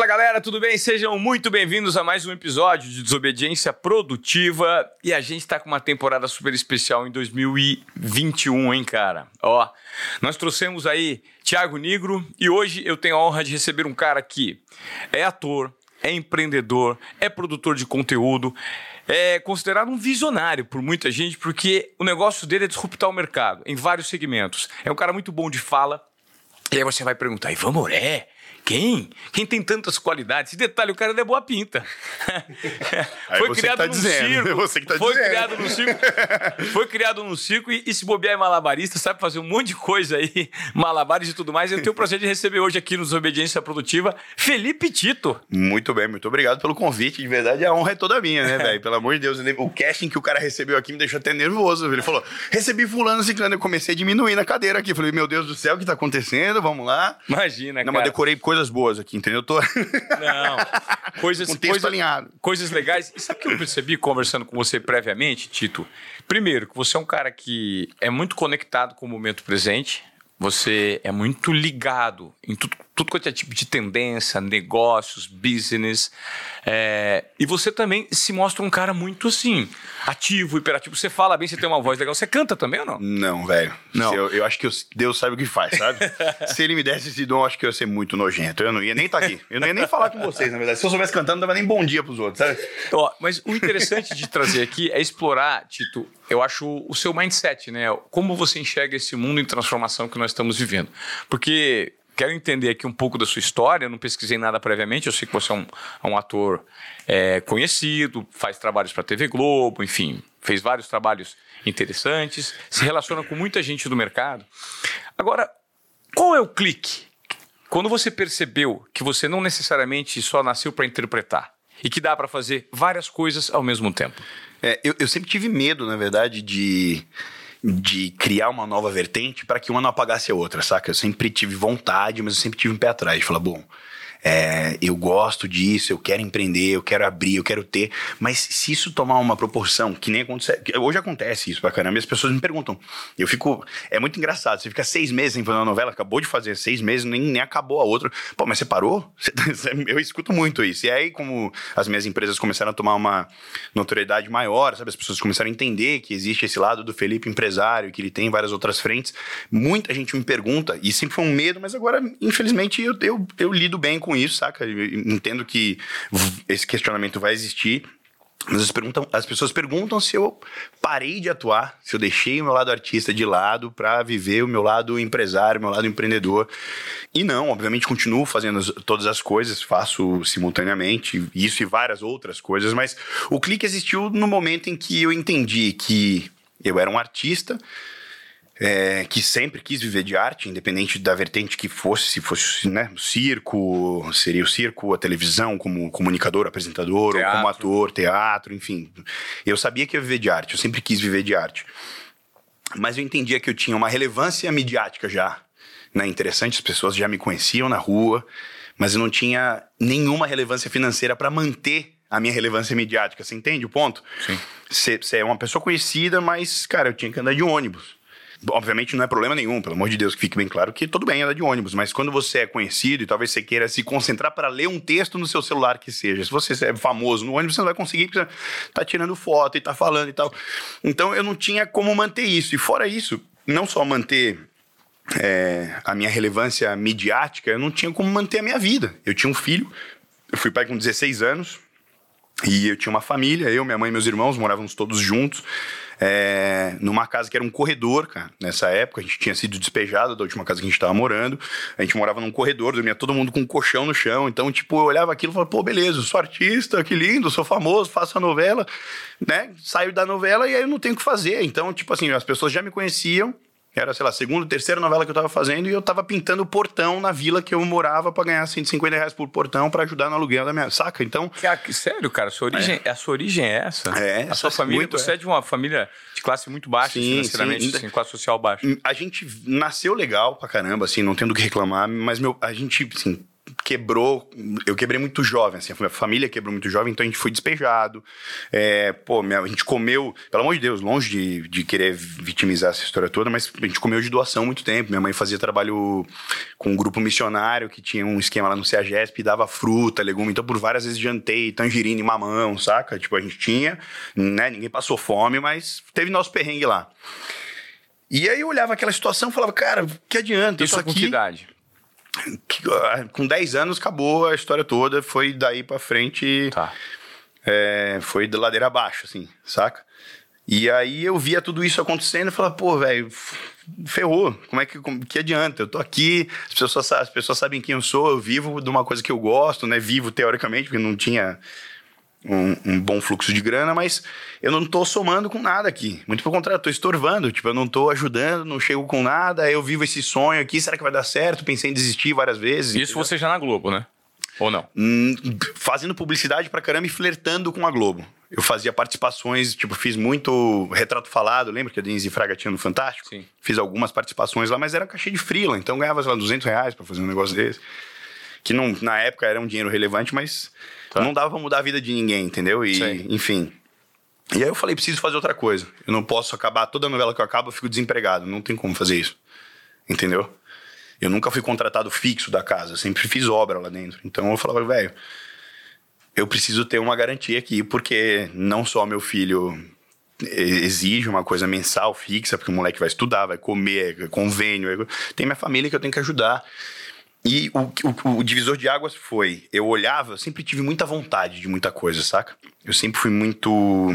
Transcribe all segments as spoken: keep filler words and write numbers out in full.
Fala galera, tudo bem? Sejam muito bem-vindos a mais um episódio de Desobediência Produtiva. E a gente tá com uma temporada super especial em dois mil e vinte e um, hein, cara? Ó, nós trouxemos aí Thiago Nigro e hoje eu tenho a honra de receber um cara que é ator, é empreendedor, é produtor de conteúdo, é considerado um visionário por muita gente, porque o negócio dele é disruptar o mercado em vários segmentos. É um cara muito bom de fala. E aí você vai perguntar, Ivan Moré? Quem? Quem tem tantas qualidades? E detalhe, o cara é de boa pinta. Foi criado tá num dizendo, circo. você que tá foi dizendo. criado num circo. Foi criado num circo e, e se bobear é malabarista, sabe fazer um monte de coisa aí, malabares e tudo mais. Eu tenho o prazer de receber hoje aqui no Desobediência Produtiva Felipe Tito. Muito bem, muito obrigado pelo convite. De verdade, a honra é toda minha, né, velho? Pelo amor de Deus. O casting que o cara recebeu aqui me deixou até nervoso. Ele falou, recebi fulano, ciclano. Eu comecei a diminuir na cadeira aqui. Falei, meu Deus do céu, o que tá acontecendo? Vamos lá. Imagina, Não, cara. mas decorei coisas boas aqui, entendeu? Eu tô... Não, coisas, Com texto coisa, alinhado. coisas legais. E sabe o que eu percebi conversando com você previamente, Tito? Primeiro, que você é um cara que é muito conectado com o momento presente. Você é muito ligado em tudo, tudo quanto é tipo de tendência, negócios, business. É, e você também se mostra um cara muito assim, ativo, hiperativo. Você fala bem, você tem uma voz legal. Você canta também ou não? Não, velho. Não. Eu, eu acho que eu- Deus sabe o que faz, sabe? Se ele me desse esse dom, eu acho que eu ia ser muito nojento. Eu não ia nem estar aqui. Eu não ia nem falar com vocês, na verdade. Se eu soubesse cantando, não dava nem bom dia pros outros, sabe? Ó, mas o interessante de trazer aqui é explorar, Tito, eu acho o seu mindset, né? Como você enxerga esse mundo em transformação que nós estamos vivendo. Porque quero entender aqui um pouco da sua história, eu não pesquisei nada previamente, eu sei que você é um, é um ator é, conhecido, faz trabalhos para a T V Globo, enfim, fez vários trabalhos interessantes, se relaciona com muita gente do mercado. Agora, qual é o clique? Quando você percebeu que você não necessariamente só nasceu para interpretar e que dá para fazer várias coisas ao mesmo tempo? É, eu, eu sempre tive medo, na verdade, de, de criar uma nova vertente para que uma não apagasse a outra, saca? Eu sempre tive vontade, mas eu sempre tive um pé atrás de falar, bom, é, eu gosto disso, eu quero empreender, eu quero abrir, eu quero ter, mas se isso tomar uma proporção, que nem acontece, hoje acontece isso pra caramba, e as pessoas me perguntam, eu fico, é muito engraçado, você fica seis meses sem fazer uma novela, acabou de fazer seis meses, nem, nem acabou a outra, pô, mas você parou? Eu escuto muito isso, e aí como as minhas empresas começaram a tomar uma notoriedade maior, sabe, as pessoas começaram a entender que existe esse lado do Felipe empresário, que ele tem várias outras frentes, muita gente me pergunta, e sempre foi um medo, mas agora, infelizmente, eu, eu, eu lido bem com isso, saca? Eu entendo que esse questionamento vai existir, mas as, perguntam, as pessoas perguntam se eu parei de atuar, se eu deixei o meu lado artista de lado para viver o meu lado empresário, o meu lado empreendedor. E não, obviamente continuo fazendo as, todas as coisas, faço simultaneamente, isso e várias outras coisas, mas o clique existiu no momento em que eu entendi que eu era um artista, É, que sempre quis viver de arte, independente da vertente que fosse, se fosse, né, o circo, seria o circo, a televisão, como comunicador, apresentador, Teatro. ou como ator, teatro, enfim. Eu sabia que ia viver de arte, eu sempre quis viver de arte. Mas eu entendia que eu tinha uma relevância midiática já, né, interessante, as pessoas já me conheciam na rua, mas eu não tinha nenhuma relevância financeira para manter a minha relevância midiática, você entende o ponto? Sim. Você, você é uma pessoa conhecida, mas, cara, eu tinha que andar de ônibus. Obviamente não é problema nenhum, pelo amor de Deus, que fique bem claro que tudo bem andar de ônibus, mas quando você é conhecido e talvez você queira se concentrar para ler um texto no seu celular que seja, se você é famoso no ônibus, você não vai conseguir, porque você tá tirando foto e tá falando e tal. Então eu não tinha como manter isso, e fora isso, não só manter é, a minha relevância midiática, eu não tinha como manter a minha vida. Eu tinha um filho, eu fui pai com dezesseis anos, e eu tinha uma família, eu, minha mãe e meus irmãos morávamos todos juntos, é, numa casa que era um corredor, cara. Nessa época a gente tinha sido despejado da última casa que a gente tava morando, a gente morava num corredor, dormia todo mundo com um colchão no chão, então tipo, eu olhava aquilo e falava, pô, beleza, eu sou artista, que lindo, sou famoso, faço a novela, né, saio da novela e aí eu não tenho o que fazer, então tipo assim, as pessoas já me conheciam, era, sei lá, segunda, terceira novela que eu tava fazendo e eu tava pintando o portão na vila que eu morava pra ganhar cento e cinquenta reais por portão pra ajudar no aluguel da minha... Saca? Então... Cara, sério, cara? Sua origem, é. A sua origem é essa? É. A sua família, muito, você é. é de uma família de classe muito baixa, sim, financeiramente, sim. assim, classe social baixa. A gente nasceu legal pra caramba, assim, não tendo o que reclamar, mas meu, a gente, assim... quebrou, eu quebrei muito jovem, assim, a minha família quebrou muito jovem, então a gente foi despejado, é, pô, minha, a gente comeu, pelo amor de Deus, longe de, de querer vitimizar essa história toda, mas a gente comeu de doação muito tempo, minha mãe fazia trabalho com um grupo missionário que tinha um esquema lá no CEAGESP, dava fruta, legume, então por várias vezes jantei tangerina e mamão, saca? Tipo, a gente tinha, né, ninguém passou fome, mas teve nosso perrengue lá. E aí eu olhava aquela situação e falava, cara, que adianta? Isso com que idade? Com dez anos acabou a história toda, foi daí pra frente, tá. é, foi de ladeira abaixo, assim, saca? E aí eu via tudo isso acontecendo e falava, pô, velho, ferrou, como é que, como, que adianta? Eu tô aqui, as pessoas, as pessoas sabem quem eu sou, eu vivo de uma coisa que eu gosto, né? Vivo teoricamente, porque não tinha um, um bom fluxo de grana, mas eu não tô somando com nada aqui. Muito pelo contrário, eu tô estorvando, tipo, eu não tô ajudando, não chego com nada, eu vivo esse sonho aqui, será que vai dar certo? Pensei em desistir várias vezes. Isso entendeu? Você já na Globo, né? Ou não? Hum, fazendo publicidade pra caramba e flertando com a Globo. Eu fazia participações, tipo, fiz muito retrato falado, lembra que a Denise Fraga tinha no Fantástico? Sim. Fiz algumas participações lá, mas era cachê de freela, então ganhava, sei lá, duzentos reais pra fazer um negócio desse. Que não, na época era um dinheiro relevante, mas tá. Não dava pra mudar a vida de ninguém, entendeu? E, sim. Enfim. E aí eu falei, preciso fazer outra coisa. Eu não posso acabar, toda novela que eu acabo, eu fico desempregado. Não tem como fazer isso. Entendeu? Eu nunca fui contratado fixo da casa, eu sempre fiz obra lá dentro. Então eu falava, velho, eu preciso ter uma garantia aqui, porque não só meu filho exige uma coisa mensal, fixa, porque o moleque vai estudar, vai comer, é convênio, tem minha família que eu tenho que ajudar. E o, o, o divisor de águas foi, eu olhava, eu sempre tive muita vontade de muita coisa, saca? Eu sempre fui muito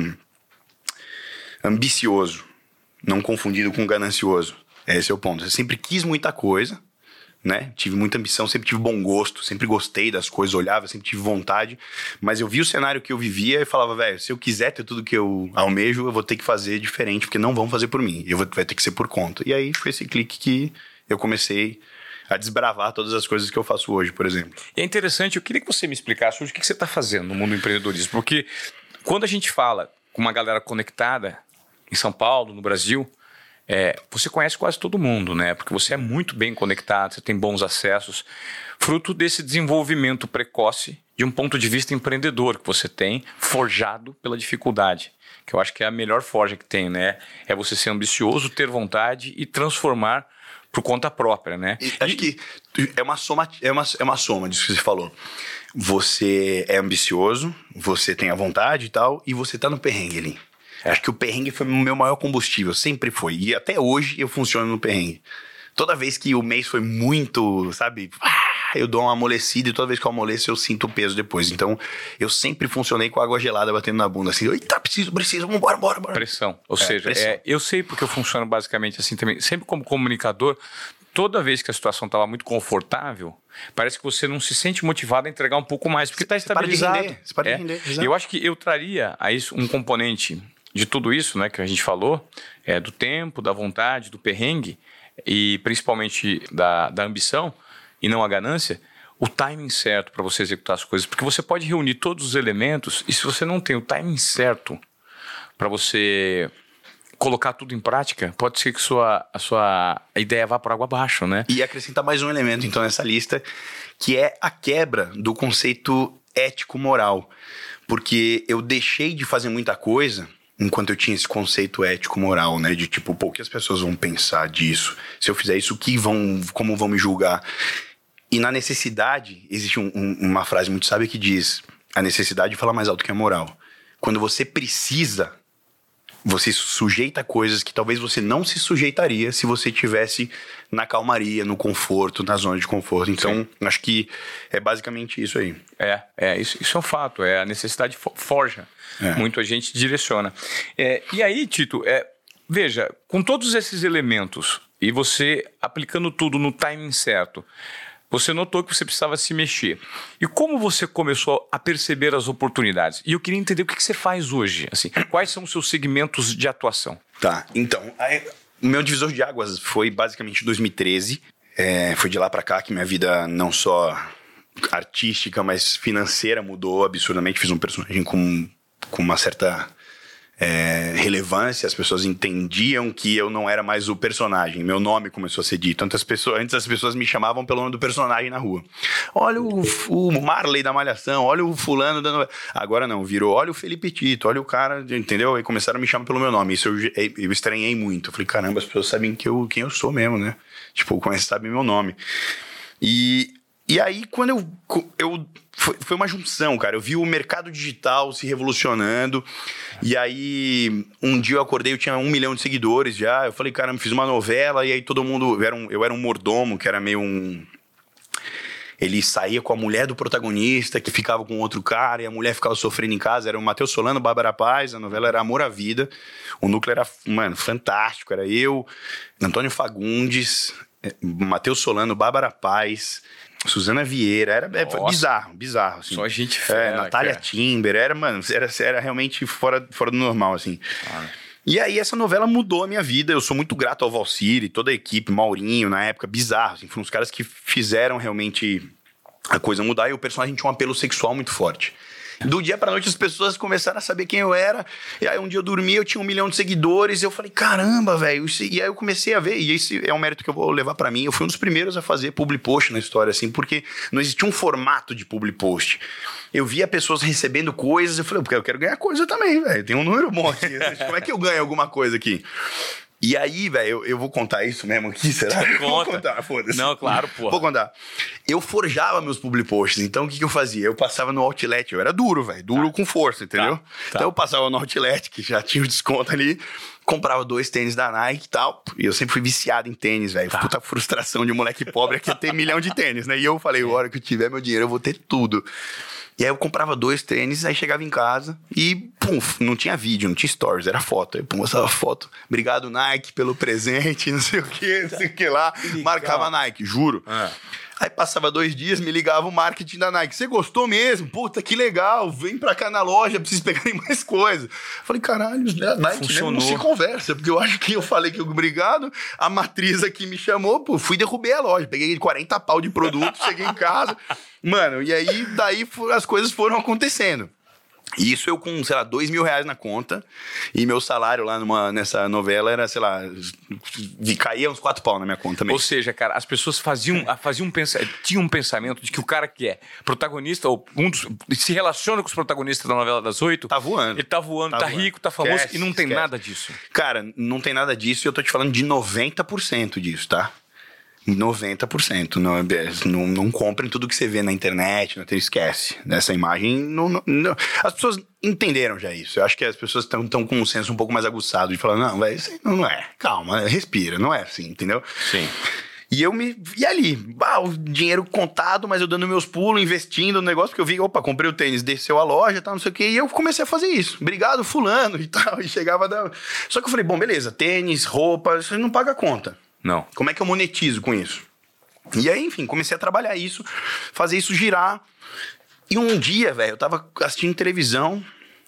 ambicioso, não confundido com ganancioso. Esse é o ponto. Eu sempre quis muita coisa, né? Tive muita ambição, sempre tive bom gosto, sempre gostei das coisas, olhava, sempre tive vontade, mas eu vi o cenário que eu vivia e falava, velho, se eu quiser ter tudo que eu almejo, eu vou ter que fazer diferente, porque não vão fazer por mim, eu vou, vai ter que ser por conta. E aí foi esse clique que eu comecei a desbravar todas as coisas que eu faço hoje, por exemplo. E é interessante, eu queria que você me explicasse hoje o que você está fazendo no mundo do empreendedorismo, porque quando a gente fala com uma galera conectada em São Paulo, no Brasil, É, você conhece quase todo mundo, né? Porque você é muito bem conectado, você tem bons acessos, fruto desse desenvolvimento precoce de um ponto de vista empreendedor que você tem, forjado pela dificuldade, que eu acho que é a melhor forja que tem, né? É você ser ambicioso, ter vontade e transformar por conta própria, né? E, acho e... que é uma soma, é uma, é uma soma disso que você falou. Você é ambicioso, você tem a vontade e tal, e você tá no perrengue ali. É. Acho que o perrengue foi o meu maior combustível, sempre foi. E até hoje eu funciono no perrengue. Toda vez que o mês foi muito, sabe, eu dou uma amolecida e toda vez que eu amoleço eu sinto o peso depois. Então eu sempre funcionei com água gelada batendo na bunda, assim, eita, preciso, preciso, vambora, bora, bora. Pressão, ou é, seja, pressão. É, eu sei porque eu funciono basicamente assim também. Sempre como comunicador, toda vez que a situação estava muito confortável, parece que você não se sente motivado a entregar um pouco mais, porque está estabilizado. Para de render, você para é. de render. Eu acho que eu traria a isso um componente de tudo isso, né, que a gente falou, é, do tempo, da vontade, do perrengue e principalmente da, da ambição e não a ganância, o timing certo para você executar as coisas, porque você pode reunir todos os elementos e se você não tem o timing certo para você colocar tudo em prática, pode ser que sua, a sua ideia vá por água abaixo, né? E acrescentar mais um elemento então nessa lista, que é a quebra do conceito ético-moral, porque eu deixei de fazer muita coisa enquanto eu tinha esse conceito ético-moral, né? De tipo, pô, o que as pessoas vão pensar disso? Se eu fizer isso, o que vão, como vão me julgar? E na necessidade, existe um, um, uma frase muito sábia que diz, a necessidade fala mais alto que a moral. Quando você precisa, você sujeita a coisas que talvez você não se sujeitaria se você tivesse na calmaria, no conforto, na zona de conforto. Então, sim, acho que é basicamente isso aí. É, é isso, isso é um fato, é a necessidade forja. É. Muito a gente direciona. É, e aí, Tito, é, veja, com todos esses elementos e você aplicando tudo no timing certo, você notou que você precisava se mexer. E como você começou a perceber as oportunidades? E eu queria entender o que você faz hoje. Assim, quais são os seus segmentos de atuação? Tá, então, aí, o meu divisor de águas foi basicamente dois mil e treze. É, foi de lá pra cá que minha vida não só artística, mas financeira mudou absurdamente. Fiz um personagem com... com uma certa é, relevância, as pessoas entendiam que eu não era mais o personagem, meu nome começou a ser dito. Tantas pessoas, antes as pessoas me chamavam pelo nome do personagem na rua. Olha o, o Marley da Malhação, olha o fulano da novela. Agora não, virou, olha o Felipe Tito, olha o cara, entendeu? E começaram a me chamar pelo meu nome. Isso eu, eu estranhei muito. Eu falei, caramba, as pessoas sabem que eu, quem eu sou mesmo, né? Tipo, começam a saber meu nome. E... E aí, quando eu... eu foi, foi uma junção, cara. Eu vi o mercado digital se revolucionando. E aí, um dia eu acordei, eu tinha um milhão de seguidores já. Eu falei, cara, eu fiz uma novela. E aí todo mundo... Eu era um, eu era um mordomo, que era meio um... Ele saía com a mulher do protagonista, que ficava com outro cara. E a mulher ficava sofrendo em casa. Era o Matheus Solano, Bárbara Paz. A novela era Amor à Vida. O núcleo era, mano, fantástico. Era eu, Antônio Fagundes, Matheus Solano, Bárbara Paz... Suzana Vieira, era é, bizarro, bizarro, assim. Só gente fera, é, Natália cara. Timber, era, mano, era, era realmente fora, fora do normal, assim. Ah. E aí essa novela mudou a minha vida, eu sou muito grato ao Valcir e toda a equipe, Maurinho, na época, bizarro, assim, foram os caras que fizeram realmente a coisa mudar e o personagem tinha um apelo sexual muito forte. Do dia pra noite as pessoas começaram a saber quem eu era. E aí um dia eu dormi, eu tinha um milhão de seguidores. E eu falei, caramba, velho. E aí eu comecei a ver. E esse é um mérito que eu vou levar pra mim. Eu fui um dos primeiros a fazer public post na história, assim. Porque não existia um formato de public post. Eu via pessoas recebendo coisas. Eu falei, porque eu quero ganhar coisa também, velho. Tem um número bom aqui. Como é que eu ganho alguma coisa aqui? E aí, velho, eu, eu vou contar isso mesmo aqui, será? Conta. Vou contar, foda-se. Não, claro, pô. Vou contar. Eu forjava meus public posts, então o que, que eu fazia? Eu passava no outlet, eu era duro, velho, duro tá. com força, entendeu? Tá. Tá. Então eu passava no outlet, que já tinha o desconto ali, comprava dois tênis da Nike e tal, e eu sempre fui viciado em tênis, velho. Tá. Puta frustração de um moleque pobre é que ia ter milhão de tênis, né? E eu falei, a hora que eu tiver meu dinheiro, eu vou ter tudo. E aí eu comprava dois tênis, aí chegava em casa e, pum, não tinha vídeo, não tinha stories, era foto. Aí, pum, mostrava foto. Obrigado, Nike, pelo presente, não sei o que, não sei o que lá. Marcava Nike, juro. Ah. Aí passava dois dias, me ligava o marketing da Nike. Você gostou mesmo? Puta, que legal. Vem pra cá na loja, preciso pegar mais coisa. Falei, caralho, né? Nike né? não se conversa. Porque eu acho que eu falei que obrigado. A matriz aqui me chamou, pô, fui derrubei a loja. Peguei quarenta pau de produto, cheguei em casa. Mano, e aí daí as coisas foram acontecendo. Isso eu com, sei lá, dois mil reais na conta. E meu salário lá numa, nessa novela era, sei lá, caía uns quatro pau na minha conta mesmo. Ou seja, cara, as pessoas faziam, faziam um pensamento, tinham um pensamento de que o cara que é protagonista, ou um dos, se relaciona com os protagonistas da novela das oito. Tá voando. Ele tá voando, tá, tá voando. rico, tá famoso, esquece, e não tem esquece. nada disso. Cara, não tem nada disso e eu tô te falando de noventa por cento disso, tá? noventa por cento. Não, não, não comprem tudo que você vê na internet, não, esquece. Essa imagem, não, não, não. As pessoas entenderam já isso. Eu acho que as pessoas estão com um senso um pouco mais aguçado de falar, não, véio, isso não, não é. Calma, respira, não é assim, entendeu? Sim. E eu me... E ali, bah, o dinheiro contado, mas eu dando meus pulos, investindo no negócio, porque eu vi, opa, comprei o tênis, desceu a loja, tal, não sei o quê, e eu comecei a fazer isso. Obrigado, fulano, e tal, e chegava da... Só que eu falei, bom, beleza, tênis, roupa, isso não paga a conta. Não. Como é que eu monetizo com isso? E aí, enfim, comecei a trabalhar isso, fazer isso girar. E um dia, velho, eu tava assistindo televisão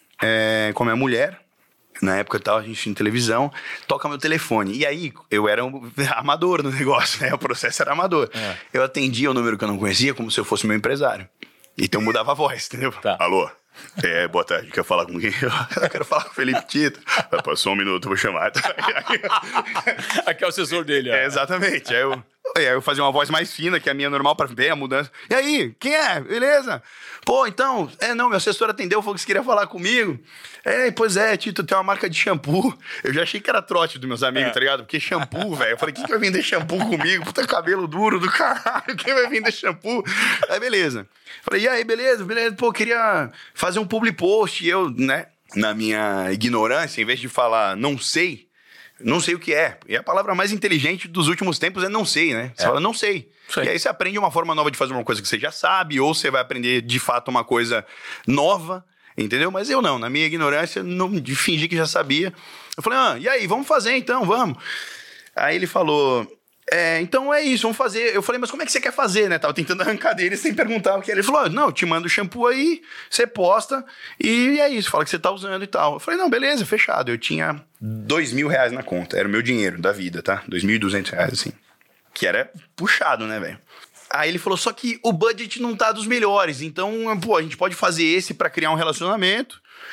é, com a minha mulher. Na época eu tava assistindo televisão, toca meu telefone. E aí, eu era um amador no negócio, né? O processo era amador. É. Eu atendia o número que eu não conhecia como se eu fosse meu empresário. Então eu mudava a voz, entendeu? Tá. Alô? É, boa tarde, quer falar com quem? Eu quero falar com o Felipe Tito. Passou um minuto, vou chamar. Aqui é o assessor dele, ó. É, exatamente. Aí eu, aí eu fazia uma voz mais fina, que é a minha normal, pra ver a mudança. E aí, quem é? Beleza? Pô, então, é, não, meu assessor atendeu, falou que você queria falar comigo. É, pois é, Tito, tem uma marca de shampoo. Eu já achei que era trote dos meus amigos, é. tá ligado? Porque shampoo, velho. Eu falei, quem que vai vender shampoo comigo? Puta, cabelo duro do caralho, quem vai vender shampoo? Aí, beleza. Falei, e aí, beleza, beleza. Pô, queria fazer um public post. E eu, né, na minha ignorância, em vez de falar não sei, não sei o que é. E a palavra mais inteligente dos últimos tempos é não sei, né? Você é. fala, não sei. sei. E aí você aprende uma forma nova de fazer uma coisa que você já sabe, ou você vai aprender, de fato, uma coisa nova, entendeu? Mas eu não, na minha ignorância, não, de fingir que já sabia. Eu falei, ah, e aí, vamos fazer então, vamos. Aí ele falou... É, então é isso, vamos fazer. Eu falei, mas como é que você quer fazer, né? Tava tentando arrancar dele sem perguntar o que era. Ele falou, não, eu te mando o shampoo aí, você posta e é isso, fala que você tá usando e tal. Eu falei, não, beleza, fechado. Eu tinha dois mil reais na conta, era o meu dinheiro da vida, tá? Dois mil e duzentos reais, assim. Que era puxado, né, velho? Aí ele falou, só que o budget não tá dos melhores, então, pô, a gente pode fazer esse pra criar um relacionamento.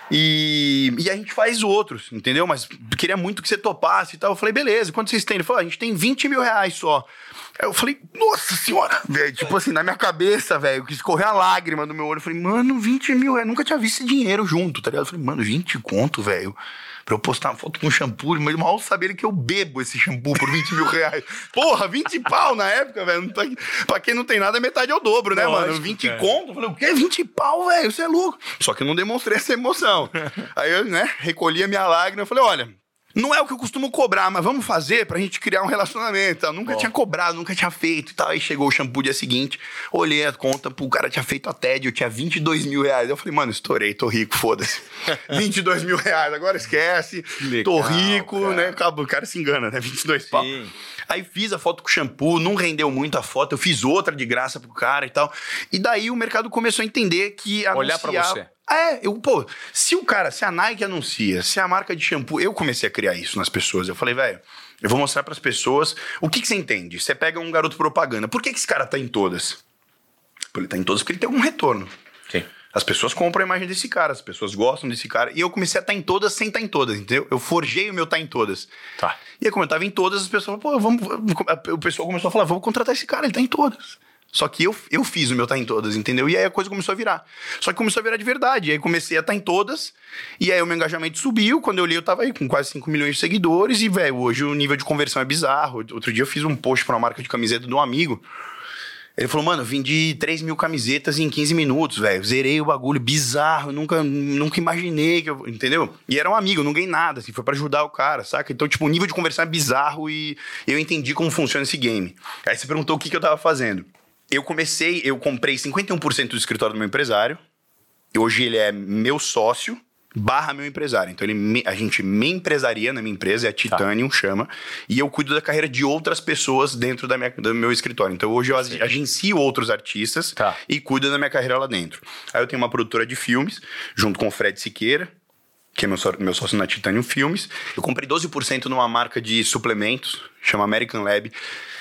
E, e a gente faz outros, entendeu? Mas queria muito que você topasse e tal. Eu falei, beleza, quanto vocês têm? Ele falou, a gente tem vinte mil reais só. Aí eu falei, nossa senhora, velho. Tipo assim, na minha cabeça, velho, quis correr a lágrima do meu olho. Eu falei, mano, vinte mil reais. Nunca tinha visto esse dinheiro junto, tá ligado? Eu falei, mano, vinte conto, velho. Pra eu postar uma foto com shampoo, mas mal saber que eu bebo esse shampoo por vinte mil reais. Porra, vinte pau na época, velho. Pra quem não tem nada, metade é o dobro, né, Lógico, mano? vinte cara. Conto. Eu falei, o quê? vinte pau, velho? Você é louco. Só que eu não demonstrei essa emoção. Aí eu, né, recolhi a minha lágrima. Eu falei, olha, não é o que eu costumo cobrar, mas vamos fazer pra gente criar um relacionamento. Eu nunca Bom. tinha cobrado, nunca tinha feito e tal. Aí chegou o shampoo dia seguinte, olhei a conta, pô, o cara tinha feito a T E D, eu tinha vinte e dois mil reais. Eu falei, mano, estourei, tô rico, foda-se. vinte e dois mil reais, agora esquece. Legal, tô rico, cara. né? O cara se engana, né? vinte e dois pau. Aí fiz a foto com o shampoo, não rendeu muito a foto, eu fiz outra de graça pro cara e tal. E daí o mercado começou a entender que anunciar... Olhar pra você. É, eu, pô, se o cara, se a Nike anuncia, se a marca de shampoo, eu comecei a criar isso nas pessoas. Eu falei, velho, eu vou mostrar pras pessoas o que, que você entende. Você pega um garoto propaganda, por que, que esse cara tá em todas? Pô, ele tá em todas porque ele tem algum retorno. Sim. As pessoas compram a imagem desse cara, as pessoas gostam desse cara. E eu comecei a estar em todas sem estar em todas, entendeu? Eu forjei o meu estar em todas. Tá. E aí, como eu tava em todas, as pessoas, pô, vamos. O pessoal começou a falar, vamos contratar esse cara, ele tá em todas. Só que eu, eu fiz o meu tá em todas, entendeu? E aí a coisa começou a virar. Só que começou a virar de verdade. E aí comecei a estar em todas. E aí o meu engajamento subiu. Quando eu li, eu tava aí com quase cinco milhões de seguidores. E, velho, hoje o nível de conversão é bizarro. Outro dia eu fiz um post pra uma marca de camiseta de um amigo. Ele falou, mano, vendi três mil camisetas em quinze minutos, velho. Zerei o bagulho, bizarro. Nunca, nunca imaginei que eu... Entendeu? E era um amigo, não ganhei nada, assim. Foi pra ajudar o cara, saca? Então, tipo, o nível de conversão é bizarro e eu entendi como funciona esse game. Aí você perguntou o que, que eu tava fazendo. Eu comecei, eu comprei cinquenta e um por cento do escritório do meu empresário. Hoje ele é meu sócio barra meu empresário. Então ele me, a gente me empresaria na minha empresa, é a Titanium, tá. chama. E eu cuido da carreira de outras pessoas dentro da minha, do meu escritório. Então hoje eu Sim. agencio outros artistas tá. e cuido da minha carreira lá dentro. Aí eu tenho uma produtora de filmes, junto com o Fred Siqueira, que é meu, só, meu sócio na Titanium Filmes. Eu comprei doze por cento numa marca de suplementos, chama American Lab.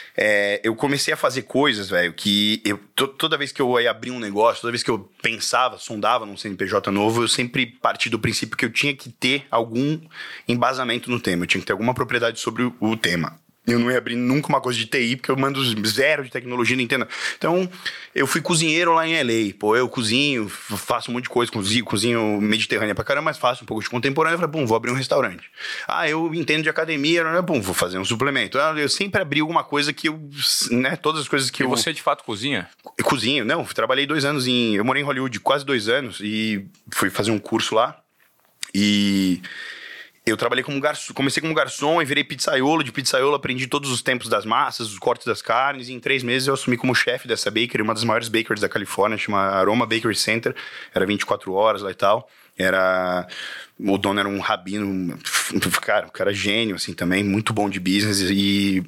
É, eu comecei a fazer coisas, velho, que eu, to, toda vez que eu ia abrir um negócio, toda vez que eu pensava, sondava num C N P J novo, eu sempre parti do princípio que eu tinha que ter algum embasamento no tema, eu tinha que ter alguma propriedade sobre o, o tema. Eu não ia abrir nunca uma coisa de T I, porque eu mando zero de tecnologia, não entendo. Então, eu fui cozinheiro lá em L A. Pô, eu cozinho, faço um monte de coisa, cozinho, cozinho mediterrânea pra caramba, mas faço um pouco de contemporâneo. Eu falei, bom, vou abrir um restaurante. Ah, eu entendo de academia, bom, vou fazer um suplemento. Ah, eu sempre abri alguma coisa que eu, né, todas as coisas que e eu... E você, de fato, cozinha? Eu cozinho, não. Trabalhei dois anos em... Eu morei em Hollywood quase dois anos e fui fazer um curso lá. E... Eu trabalhei como garçom, comecei como garçom e virei pizzaiolo. De pizzaiolo aprendi todos os tempos das massas, os cortes das carnes. E em três meses eu assumi como chefe dessa bakery, uma das maiores bakeries da Califórnia, chama Aroma Bakery Center. Era vinte e quatro horas lá e tal. Era... O dono era um rabino, cara, um cara gênio, assim, também. Muito bom de business e...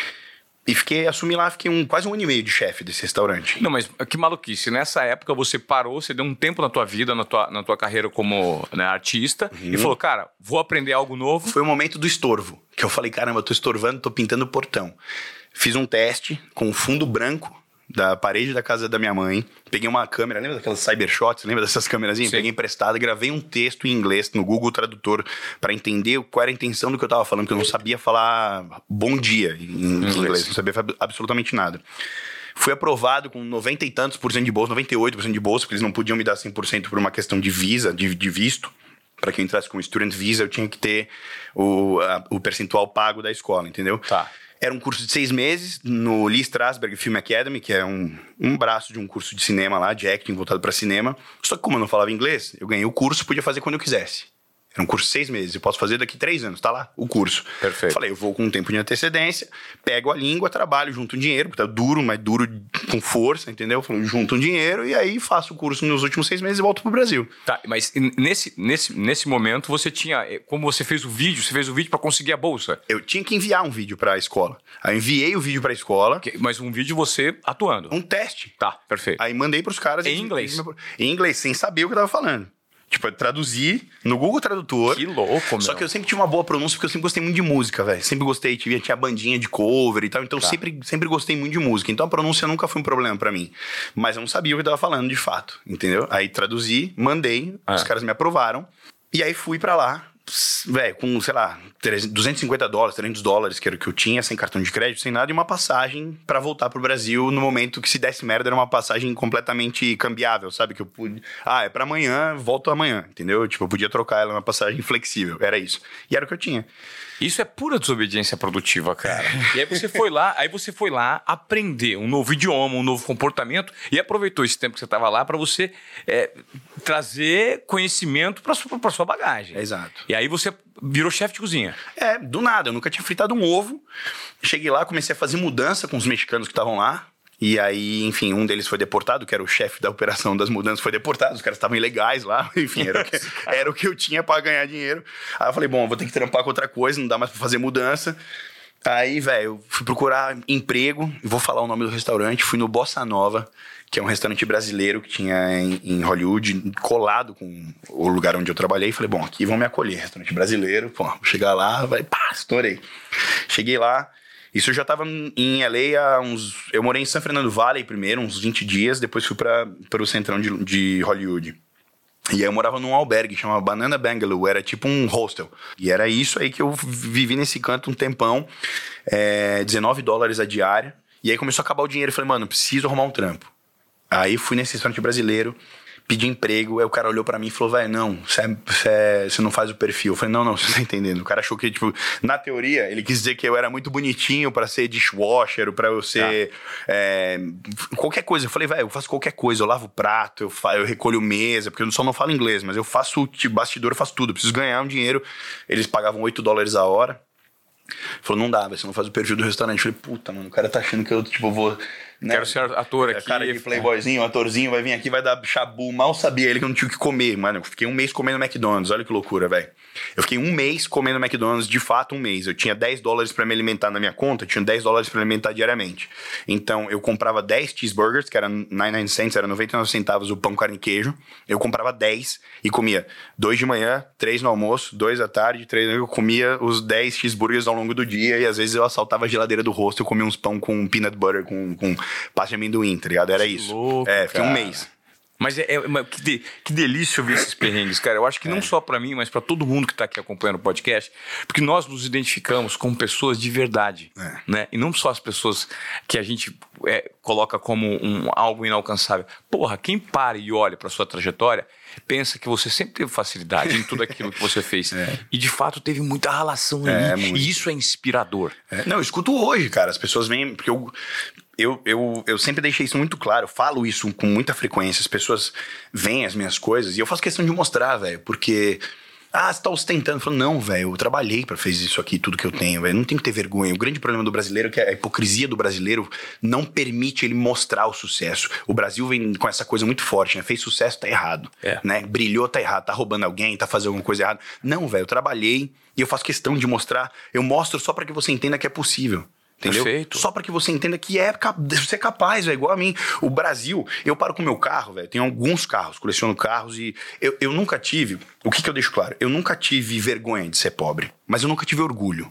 E fiquei, assumi lá, fiquei um, quase um ano e meio de chefe desse restaurante. Não, mas que maluquice. Nessa época você parou, você deu um tempo na tua vida, na tua, na tua carreira como, né, artista, uhum. e falou, cara, vou aprender algo novo. Foi o momento do estorvo, que eu falei, caramba, eu tô estorvando, tô pintando o portão. Fiz um teste com um fundo branco da parede da casa da minha mãe. Peguei uma câmera, lembra daquelas cybershots? Lembra dessas câmerazinhas? Peguei emprestado e gravei um texto em inglês no Google Tradutor para entender qual era a intenção do que eu tava falando, porque eu não sabia falar bom dia em inglês, inglês. Não sabia absolutamente nada. Fui aprovado com noventa e tantos por cento de bolsa, noventa e oito por cento de bolsa, porque eles não podiam me dar cem por cento por uma questão de visa, de, de visto. Para que eu entrasse como student visa, eu tinha que ter o, a, o percentual pago da escola, entendeu? Tá. Era um curso de seis meses no Lee Strasberg Film Academy, que é um, um braço de um curso de cinema lá, de acting voltado para cinema. Só que como eu não falava inglês, eu ganhei o curso, podia fazer quando eu quisesse. Era um curso de seis meses, eu posso fazer daqui três anos, tá lá, o curso. Perfeito. Falei, eu vou com um tempo de antecedência, pego a língua, trabalho, junto um dinheiro, porque tá duro, mas duro com força, entendeu? Falei, junto um dinheiro e aí faço o curso nos últimos seis meses e volto pro Brasil. Tá, mas nesse, nesse, nesse momento você tinha, como você fez o vídeo, você fez o vídeo para conseguir a bolsa? Eu tinha que enviar um vídeo pra escola. Aí eu enviei o vídeo pra escola. Que, mas um vídeo você atuando? Um teste. Tá, perfeito. Aí mandei pros caras. Em inglês? Em inglês, sem saber o que eu tava falando. Tipo, eu traduzi no Google Tradutor. Que louco, meu. Só que eu sempre tive uma boa pronúncia, porque eu sempre gostei muito de música, velho. Sempre gostei, tinha, tinha bandinha de cover e tal. Então, tá. sempre, sempre gostei muito de música. Então, a pronúncia nunca foi um problema pra mim. Mas eu não sabia o que eu tava falando, de fato. Entendeu? Aí, traduzi, mandei. É. Os caras me aprovaram. E aí, fui pra lá. Velho, com, sei lá, duzentos e cinquenta dólares, trezentos dólares, que era o que eu tinha, sem cartão de crédito, sem nada, e uma passagem pra voltar pro Brasil no momento que, se desse merda, era uma passagem completamente cambiável, sabe? Que eu pude. Ah, é pra amanhã, volto amanhã, entendeu? Tipo, eu podia trocar ela numa passagem flexível, era isso. E era o que eu tinha. Isso é pura desobediência produtiva, cara. E aí você foi lá, aí você foi lá aprender um novo idioma, um novo comportamento e aproveitou esse tempo que você estava lá para você é, trazer conhecimento para sua, para sua bagagem. É, exato. E aí você virou chefe de cozinha. É, do nada. Eu nunca tinha fritado um ovo. Cheguei lá, comecei a fazer mudança com os mexicanos que estavam lá. E aí, enfim, um deles foi deportado, que era o chefe da operação das mudanças, foi deportado. Os caras estavam ilegais lá, enfim, era o, que, era o que eu tinha pra ganhar dinheiro. Aí eu falei, bom, vou ter que trampar com outra coisa, não dá mais pra fazer mudança. Aí, velho, eu fui procurar emprego, vou falar o nome do restaurante, fui no Bossa Nova, que é um restaurante brasileiro que tinha em, em Hollywood, colado com o lugar onde eu trabalhei. Falei, bom, aqui vão me acolher, restaurante brasileiro, pô, vou chegar lá, vai, pá, estourei. Cheguei lá. Isso eu já tava em L A há uns... Eu morei em San Fernando Valley primeiro, uns vinte dias, depois fui para o centrão de, de Hollywood. E aí eu morava num albergue, chamava Banana Bungalow, era tipo um hostel. E era isso aí que eu vivi nesse canto um tempão, é, dezenove dólares a diária. E aí começou a acabar o dinheiro, eu falei, mano, preciso arrumar um trampo. Aí fui nesse restaurante brasileiro, pedi emprego, aí o cara olhou pra mim e falou, velho, não, você não faz o perfil. Eu falei, não, não, você tá entendendo. O cara achou que, tipo, na teoria, ele quis dizer que eu era muito bonitinho pra ser dishwasher, pra eu ser ah. é, qualquer coisa. Eu falei, velho, eu faço qualquer coisa, eu lavo prato, eu, fa eu recolho mesa, porque eu só não falo inglês, mas eu faço, tipo, bastidor, eu faço tudo, eu preciso ganhar um dinheiro. Eles pagavam oito dólares a hora. Ele falou, não dá, você não faz o perfil do restaurante. Eu falei, puta, mano, o cara tá achando que eu, tipo, vou... Né? Quero ser ator aqui. Cara de playboyzinho, um atorzinho, vai vir aqui, vai dar chabu. Mal sabia ele que eu não tinha o que comer, mano. Eu fiquei um mês comendo McDonald's, olha que loucura, velho. Eu fiquei um mês comendo McDonald's, de fato um mês. Eu tinha dez dólares pra me alimentar na minha conta, eu tinha dez dólares pra me alimentar diariamente. Então, eu comprava dez cheeseburgers, que era noventa e nove cents, era noventa e nove centavos o pão, carne e queijo. Eu comprava dez e comia dois de manhã, três no almoço, dois à tarde, três... Eu comia os dez cheeseburgers ao longo do dia e às vezes eu assaltava a geladeira do rosto, eu comia uns pão com peanut butter, com, com pasta de amendoim, tá ligado? Era isso. Louco, é, fiquei cara. um mês. Mas é, é que, de, que delícia ouvir esses perrengues, cara. Eu acho que é. não só pra mim, mas pra todo mundo que tá aqui acompanhando o podcast, porque nós nos identificamos como pessoas de verdade, é. né? E não só as pessoas que a gente é, coloca como um, algo inalcançável. Porra, quem para e olha pra sua trajetória, pensa que você sempre teve facilidade em tudo aquilo que você fez. É. E de fato teve muita relação é, ali. muito. E isso é inspirador. É. Não, eu escuto hoje, cara. As pessoas vêm... Porque eu... Eu, eu, eu sempre deixei isso muito claro, eu falo isso com muita frequência, as pessoas veem as minhas coisas e eu faço questão de mostrar, velho, porque... Ah, você tá ostentando. Eu falo, não, velho, eu trabalhei pra fazer isso aqui, tudo que eu tenho, velho, não tenho que ter vergonha. O grande problema do brasileiro é que a hipocrisia do brasileiro não permite ele mostrar o sucesso. O Brasil vem com essa coisa muito forte, né? Fez sucesso, tá errado, é. né? Brilhou, tá errado, tá roubando alguém, tá fazendo alguma coisa errada. Não, velho, eu trabalhei e eu faço questão de mostrar, eu mostro só pra que você entenda que é possível. Entendeu? Perfeito. Só pra que você entenda que é você é capaz, velho, igual a mim. O Brasil, eu paro com o meu carro, velho, tenho alguns carros, coleciono carros e eu, eu nunca tive, o que que eu deixo claro? Eu nunca tive vergonha de ser pobre, mas eu nunca tive orgulho.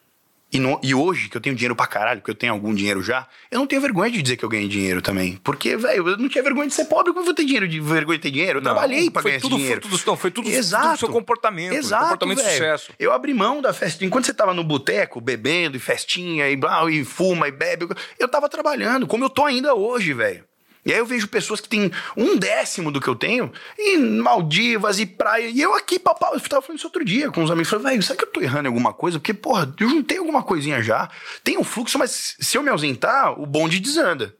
E, no, e hoje, que eu tenho dinheiro pra caralho, que eu tenho algum dinheiro já, eu não tenho vergonha de dizer que eu ganhei dinheiro também. Porque, velho, eu não tinha vergonha de ser pobre, como eu vou ter dinheiro de vergonha de ter dinheiro? Eu não, trabalhei pra ganhar tudo esse dinheiro. Fruto do, não, foi tudo Exato. fruto do seu comportamento. Exato, comportamento véio. de sucesso. Eu abri mão da festa. Enquanto você tava no boteco, bebendo e festinha, e, blá, e fuma e bebe, eu tava trabalhando, como eu tô ainda hoje, velho. E aí eu vejo pessoas que têm um décimo do que eu tenho, em Maldivas e praia, e eu aqui, papai, eu tava falando isso outro dia com uns amigos, falei, velho, será que eu tô errando em alguma coisa? Porque, porra, eu juntei alguma coisinha já, tem um fluxo, mas se eu me ausentar, o bonde desanda.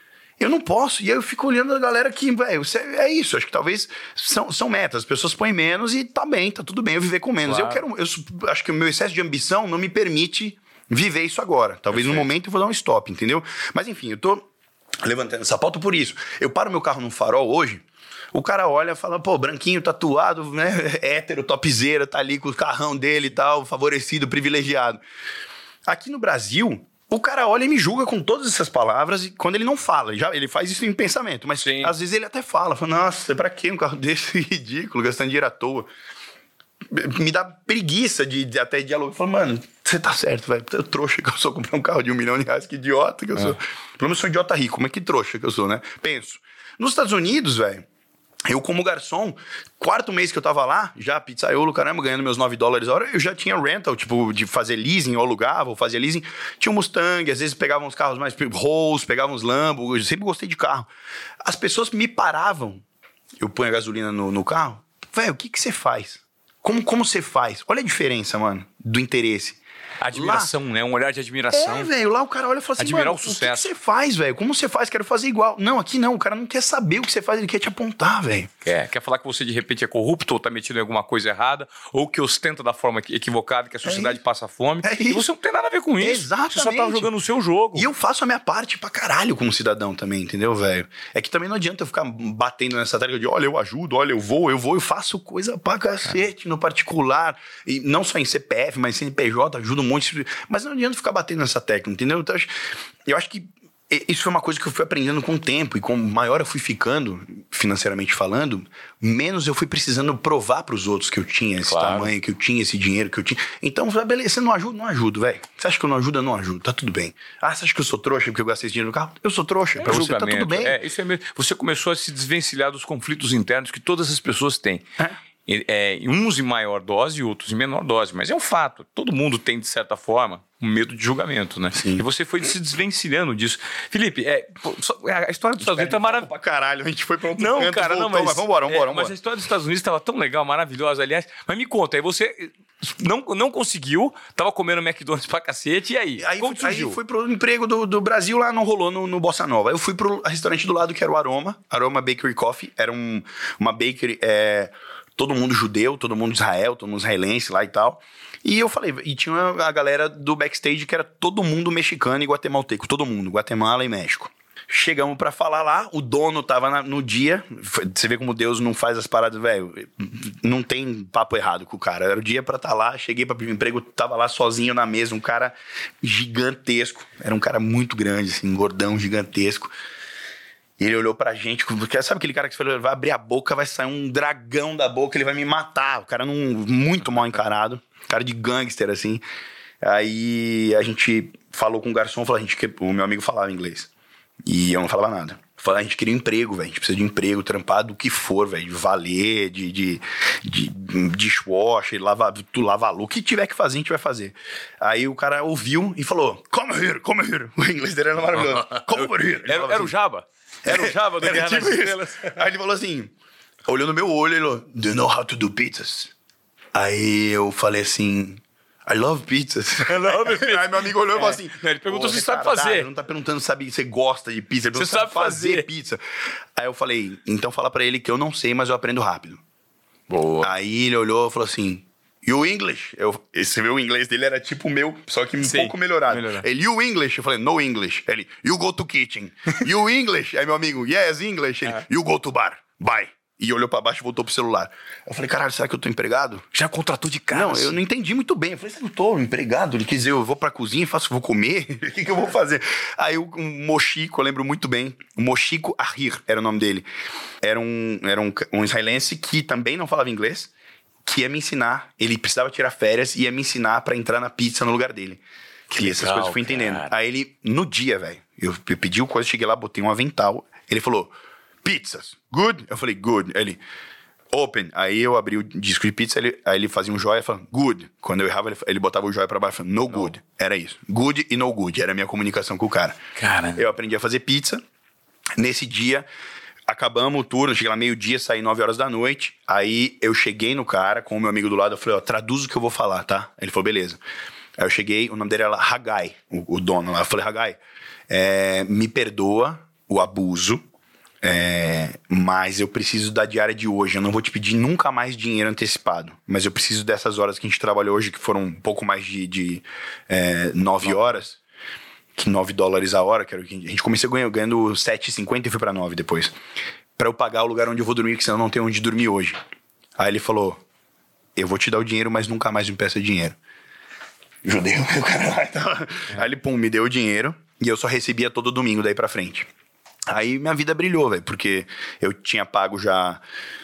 Eu não posso, e aí eu fico olhando a galera que, velho, é isso, acho que talvez são, são metas, as pessoas põem menos e tá bem, tá tudo bem, eu viver com menos. Claro. Eu quero, eu acho que o meu excesso de ambição não me permite viver isso agora. Talvez Perfeito. No momento eu vou dar um stop, entendeu? Mas enfim, eu tô levantando essa pauta por isso. Eu paro meu carro num farol hoje, o cara olha e fala, pô, branquinho, tatuado, né, hétero, topzera, tá ali com o carrão dele e tal, favorecido, privilegiado. Aqui no Brasil, O cara olha e me julga com todas essas palavras e quando ele não fala, já, ele faz isso em pensamento, mas Sim. às vezes ele até fala, fala, nossa, pra que um carro desse ridículo, gastando dinheiro à toa? Me dá preguiça de, de até dialogar. Fala, mano, você tá certo, velho. Eu trouxa que eu sou comprar um carro de um milhão de reais, que idiota que eu é. sou. Pelo menos eu sou um idiota rico, mas que trouxa que eu sou, né? Penso. Nos Estados Unidos, velho, eu como garçom, quarto mês que eu tava lá, já pizzaiolo, caramba, ganhando meus nove dólares a hora, eu já tinha rental, tipo, de fazer leasing, eu alugava, ou fazia leasing. Tinha um Mustang, às vezes pegava uns carros mais Rolls, pegava uns Lambo, eu sempre gostei de carro. As pessoas me paravam, eu ponho a gasolina no, no carro, velho, o que que você faz? Como, como você faz? Olha a diferença, mano, do interesse. Admiração, lá, né? Um olhar de admiração. É, velho, lá o cara olha e fala assim, admirar mano, o sucesso. O que, que você faz, velho? Como você faz? Quero fazer igual. Não, aqui não, o cara não quer saber o que você faz, ele quer te apontar, velho. Quer, quer falar que você de repente é corrupto ou tá metido em alguma coisa errada, ou que ostenta da forma equivocada, que a sociedade é passa fome. É e você não tem nada a ver com isso. Exatamente. Você só tá jogando o seu jogo. E eu faço a minha parte pra caralho como cidadão também, entendeu, velho? É que também não adianta eu ficar batendo nessa tecla de olha, eu ajudo, olha, eu vou, eu vou, eu faço coisa pra cacete é. no particular. E não só em C P F, mas em C N P J, ajuda um monte. Mas não adianta ficar batendo nessa tecla, entendeu? Então, eu acho que isso foi uma coisa que eu fui aprendendo com o tempo. E como maior eu fui ficando, financeiramente falando, menos eu fui precisando provar pros outros que eu tinha esse claro. tamanho, que eu tinha esse dinheiro, que eu tinha. Então, beleza, você não ajuda? Não ajudo, velho. Você acha que eu não ajudo? Eu não ajudo. Tá tudo bem. Ah, você acha que eu sou trouxa porque eu gastei esse dinheiro no carro? Eu sou trouxa. É pra você tá tudo bem. É, isso é mesmo. Você começou a se desvencilhar dos conflitos internos que todas as pessoas têm. É. É, uns em maior dose e outros em menor dose, mas é um fato, todo mundo tem de certa forma um medo de julgamento, né? Sim. E você foi se desvencilhando disso. Felipe, é, a história dos Estados Unidos tá maravilhosa. Pra caralho, a gente foi pra outro não, canto, cara, voltou, não, mas, mas vambora, vambora, é, vambora. Mas a história dos Estados Unidos estava tão legal, maravilhosa, aliás. Mas me conta, aí você não, não conseguiu, tava comendo McDonald's pra cacete, e aí? Aí, como fui, surgiu? aí fui pro emprego do, do Brasil, lá não rolou no, no Bossa Nova. Aí eu fui pro restaurante do lado que era o Aroma, Aroma Bakery Coffee, era um, uma bakery... É, todo mundo judeu, todo mundo Israel, todo mundo israelense lá e tal. E eu falei, e tinha a galera do backstage que era todo mundo mexicano e guatemalteco, todo mundo, Guatemala e México. Chegamos pra falar lá, o dono tava na, no dia, você vê como Deus não faz as paradas, velho, não tem papo errado com o cara. Era o dia pra estar tá lá, cheguei pra pedir emprego, tava lá sozinho na mesa, um cara gigantesco, era um cara muito grande, assim, gordão, gigantesco. E ele olhou pra gente, porque sabe aquele cara que você falou, vai abrir a boca, vai sair um dragão da boca, ele vai me matar. O cara não, muito mal encarado, cara de gangster, assim. Aí a gente falou com o garçom, falou, a gente, o meu amigo falava inglês. E eu não falava nada. Falei, a gente queria um emprego, velho. A gente precisa de um emprego, trampar do que for, velho. De valer, de, de, de dishwasher, lavar, lavar louco. O que tiver que fazer, a gente vai fazer. Aí o cara ouviu e falou, come here, come here. O inglês dele era maravilhoso. Come over here. Era, era assim, o Jabba? Era o Jabba do Guerra tipo nas Estrelas. Aí ele falou assim, olhou no meu olho e falou, do you know how to do pizzas? Aí eu falei assim... I love pizzas. I love pizzas. Aí meu amigo olhou e falou assim... Não, ele perguntou se você sabe fazer. Ele não tá perguntando se você gosta de pizza. Ele você sabe fazer. fazer pizza. Aí eu falei, então fala pra ele que eu não sei, mas eu aprendo rápido. Boa. Aí ele olhou e falou assim... You English? Eu, você vê o inglês dele era tipo o meu, só que um Sim, pouco melhorado. Melhorar. Ele, you English? Eu falei, no English. Ele, you go to kitchen. You English? Aí meu amigo, yes, English. Ele, ah. you go to bar. Bye. E olhou pra baixo e voltou pro celular. Eu falei, caralho, será que eu tô empregado? Já contratou de casa? Não, eu não entendi muito bem. Eu falei, será que eu tô empregado? Ele quis dizer, eu vou pra cozinha e faço, vou comer? O que que eu vou fazer? Aí o um Mochico, eu lembro muito bem. O Mochico Ahir era o nome dele. Era um, era um, um israelense que também não falava inglês, que ia me ensinar. Ele precisava tirar férias e ia me ensinar pra entrar na pizza no lugar dele. Que e essas legal, coisas eu fui entendendo. Cara. Aí ele, no dia, velho, eu, eu pedi o coisa, cheguei lá, botei um avental. Ele falou... Pizzas, good? Eu falei, good. Ele, open. Aí eu abri o disco de pizza, ele, aí ele fazia um joia e falava, good. Quando eu errava, ele, ele botava o joia pra baixo e falava, no, no good. Era isso. Good e no good. Era a minha comunicação com o cara. Cara. Eu aprendi a fazer pizza. Nesse dia, acabamos o turno, cheguei lá meio-dia, saí nove horas da noite. Aí eu cheguei no cara com o meu amigo do lado, eu falei, ó, traduz o que eu vou falar, tá? Ele falou, beleza. Aí eu cheguei, o nome dele era Hagai, o, o dono lá. Eu falei, Hagai, é, me perdoa o abuso. É, mas eu preciso da diária de hoje. Eu não vou te pedir nunca mais dinheiro antecipado, mas eu preciso dessas horas que a gente trabalhou hoje, que foram um pouco mais de, de é, nove horas, que nove dólares a hora, que era, a gente começou ganhando, ganhando sete e cinquenta e foi pra nove depois, pra eu pagar o lugar onde eu vou dormir, que senão eu não tenho onde dormir hoje. Aí ele falou, eu vou te dar o dinheiro, mas nunca mais me peça dinheiro. judeu, o cara lá e tal. Aí ele, pum, me deu o dinheiro e eu só recebia todo domingo daí pra frente. Aí minha vida brilhou, velho, porque eu tinha pago já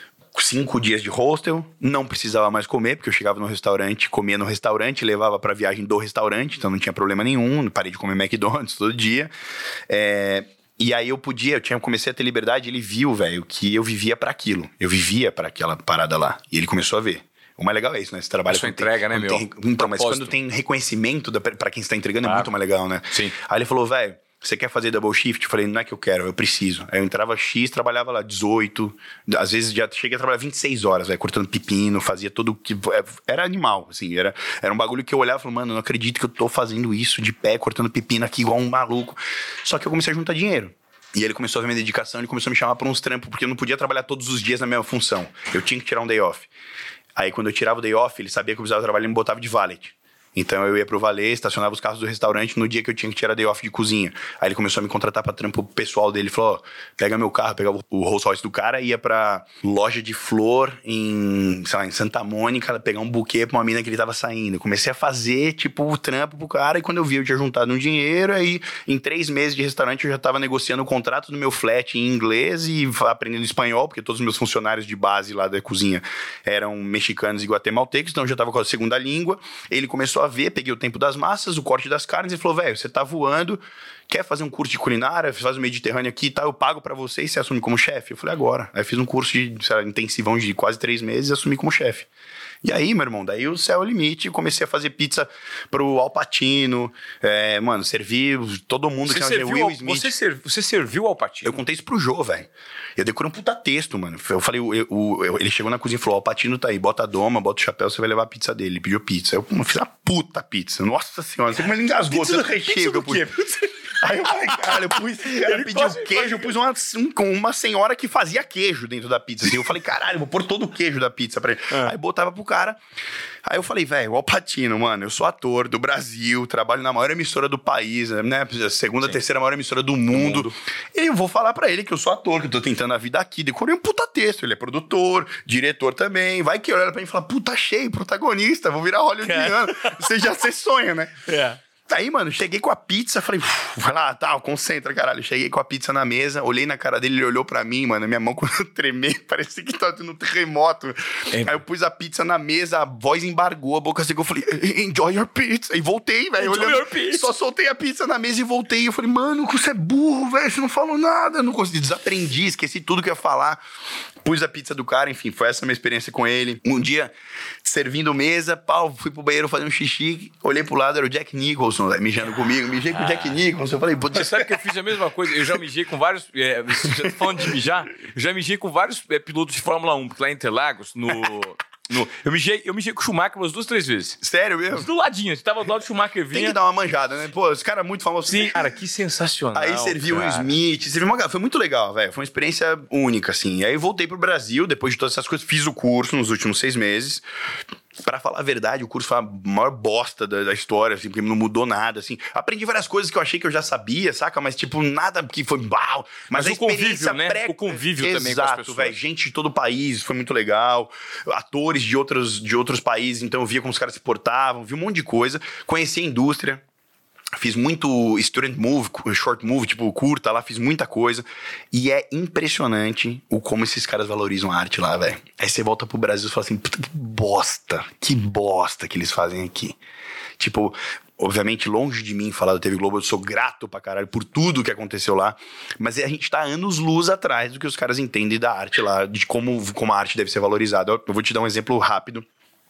cinco dias de hostel, não precisava mais comer, porque eu chegava no restaurante, comia no restaurante, levava pra viagem do restaurante, então não tinha problema nenhum, parei de comer McDonald's todo dia. É... E aí eu podia, eu tinha, comecei a ter liberdade, ele viu, velho, que eu vivia pra aquilo, eu vivia pra aquela parada lá, e ele começou a ver. O mais legal é isso, né? Você trabalha com entrega, né, meu? Tem, então, mas quando tem reconhecimento da, pra quem está entregando, claro. É muito mais legal, né? Sim. Aí ele falou, velho, você quer fazer double shift? Eu falei, não é que eu quero, eu preciso. Aí eu entrava X, trabalhava lá dezoito, às vezes já cheguei a trabalhar vinte e seis horas, véio, cortando pepino, fazia tudo que... Era animal, assim, era, era um bagulho que eu olhava e falava, mano, eu não acredito que eu tô fazendo isso de pé, cortando pepino aqui igual um maluco. Só que eu comecei a juntar dinheiro. E ele começou a ver minha dedicação, ele começou a me chamar pra uns trampos, porque eu não podia trabalhar todos os dias na mesma função. Eu tinha que tirar um day off. Aí quando eu tirava o day off, ele sabia que eu precisava trabalhar, ele me botava de valet. Então eu ia pro valet, estacionava os carros do restaurante no dia que eu tinha que tirar day off de cozinha. Aí ele começou a me contratar pra trampo pessoal dele. Ele falou, ó, pega meu carro, pegava o Rolls Royce do cara e ia pra loja de flor em, sei lá, em Santa Mônica, pegar um buquê pra uma mina que ele tava saindo. Eu comecei a fazer, tipo, o trampo pro cara, e quando eu vi, eu tinha juntado um dinheiro, aí em três meses de restaurante eu já tava negociando o contrato do meu flat em inglês e aprendendo espanhol, porque todos os meus funcionários de base lá da cozinha eram mexicanos e guatemaltecos, então eu já tava com a segunda língua. Ele começou a ver, peguei o tempo das massas, o corte das carnes e falou, velho, você tá voando, quer fazer um curso de culinária, faz o Mediterrâneo aqui e tá, tal, eu pago pra você e você assume como chefe? Eu falei, agora. Aí fiz um curso de, sei lá, intensivão de quase três meses e assumi como chefe. E aí, meu irmão, daí o céu é o limite, comecei a fazer pizza pro Al Pacino, é, mano, servi todo mundo, você que serviu, Will Smith. Você, serv, você serviu Al Pacino? Eu contei isso pro Jô, velho. Eu decorei um puta texto, mano. Eu falei, o, o, ele chegou na cozinha e falou, Al Pacino tá aí, bota a doma, bota o chapéu, você vai levar a pizza dele. Ele pediu pizza. Eu, eu fiz a puta pizza. Nossa senhora, não sei como ele engasgou, tanto recheio que eu pus. Aí eu falei, caralho, eu pus, cara, pediu queijo, eu pus uma, um, uma senhora que fazia queijo dentro da pizza. Assim, eu falei, caralho, vou pôr todo o queijo da pizza pra ele. Ah. Aí botava pro cara. Aí eu falei, velho, o Al Pacino, mano, eu sou ator do Brasil, trabalho na maior emissora do país, né? Segunda, Sim. terceira maior emissora do mundo. do mundo. E eu vou falar pra ele que eu sou ator, que eu tô tentando a vida aqui. Decorei um puta texto. Ele é produtor, diretor também. Vai que olha pra mim e fala, puta, cheio, protagonista, vou virar hollywoodiano. Você já você sonha, né? É. Aí, mano, cheguei com a pizza, falei, vai lá, tá, concentra, caralho. Cheguei com a pizza na mesa, olhei na cara dele, ele olhou pra mim, mano, minha mão começou a tremer, parecia que tava tendo um terremoto. É. Aí eu pus a pizza na mesa, a voz embargou, a boca secou, eu falei, enjoy your pizza. E voltei, velho, olhando, só soltei a pizza na mesa e voltei. Eu falei, mano, você é burro, velho, você não falou nada. Eu não consegui, desaprendi, esqueci tudo que eu ia falar. Pus a pizza do cara, enfim, foi essa a minha experiência com ele. Um dia, servindo mesa, pau, fui pro banheiro fazer um xixi, olhei pro lado, era o Jack Nicholson, né, mijando comigo, mijei com o Jack Nicholson, eu falei... Você sabe que eu fiz a mesma coisa? Eu já mijei com vários... É, você tá falando de mijar? Eu já mijei com vários é, pilotos de Fórmula um, porque lá em Interlagos, no... No, eu, mijei, eu mijei com o Schumacher umas duas, três vezes. Sério mesmo? Do ladinho, você tava do lado do Schumacher, vinha... Tem que dar uma manjada, né? Pô, esse cara é muito famoso. Sim, cara, que sensacional. Aí serviu o Smith, serviu uma... Foi muito legal, velho. Foi uma experiência única, assim. Aí voltei pro Brasil, depois de todas essas coisas, fiz o curso nos últimos seis meses. Pra falar a verdade, o curso foi a maior bosta da, da história, assim, porque não mudou nada, assim. Aprendi várias coisas que eu achei que eu já sabia, saca? Mas, tipo, nada que foi... Uau! Mas, Mas a o experiência convívio, pré... né? O convívio Exato, também com as pessoas. Velho. Gente de todo o país, foi muito legal. Atores de outros, de outros países, então eu via como os caras se portavam, vi um monte de coisa. Conheci a indústria. Fiz muito student move, short move, tipo, curta lá, fiz muita coisa. E é impressionante o como esses caras valorizam a arte lá, velho. Aí você volta pro Brasil e fala assim, puta, que bosta, que bosta que eles fazem aqui. Tipo, obviamente, longe de mim falar da T V Globo, eu sou grato pra caralho por tudo que aconteceu lá. Mas a gente tá anos-luz atrás do que os caras entendem da arte lá, de como, como a arte deve ser valorizada. Eu vou te dar um exemplo rápido.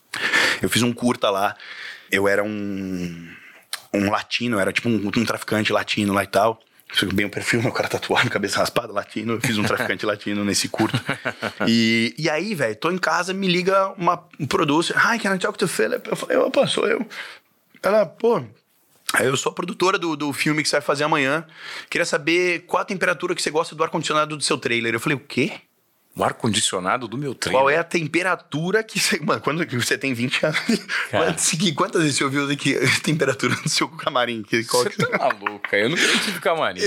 Eu fiz um curta lá, eu era um... um latino, era tipo um, um traficante latino lá e tal. Bem o perfil, meu cara tatuado, cabeça raspada, latino. Eu fiz um traficante latino nesse curto. E, e aí, velho, tô em casa, me liga uma um producer. Hi, can I talk to Philip? Eu falei, opa, sou eu. Ela, pô, eu sou a produtora do, do filme que você vai fazer amanhã. Queria saber qual a temperatura que você gosta do ar-condicionado do seu trailer. Eu falei, o quê? O ar-condicionado do meu trailer. Qual é a temperatura que você... Mano, quando você tem vinte anos... Quantas, quantas vezes você ouviu que a temperatura do seu camarim? Que, você que... tá maluco, eu nunca tive camarim.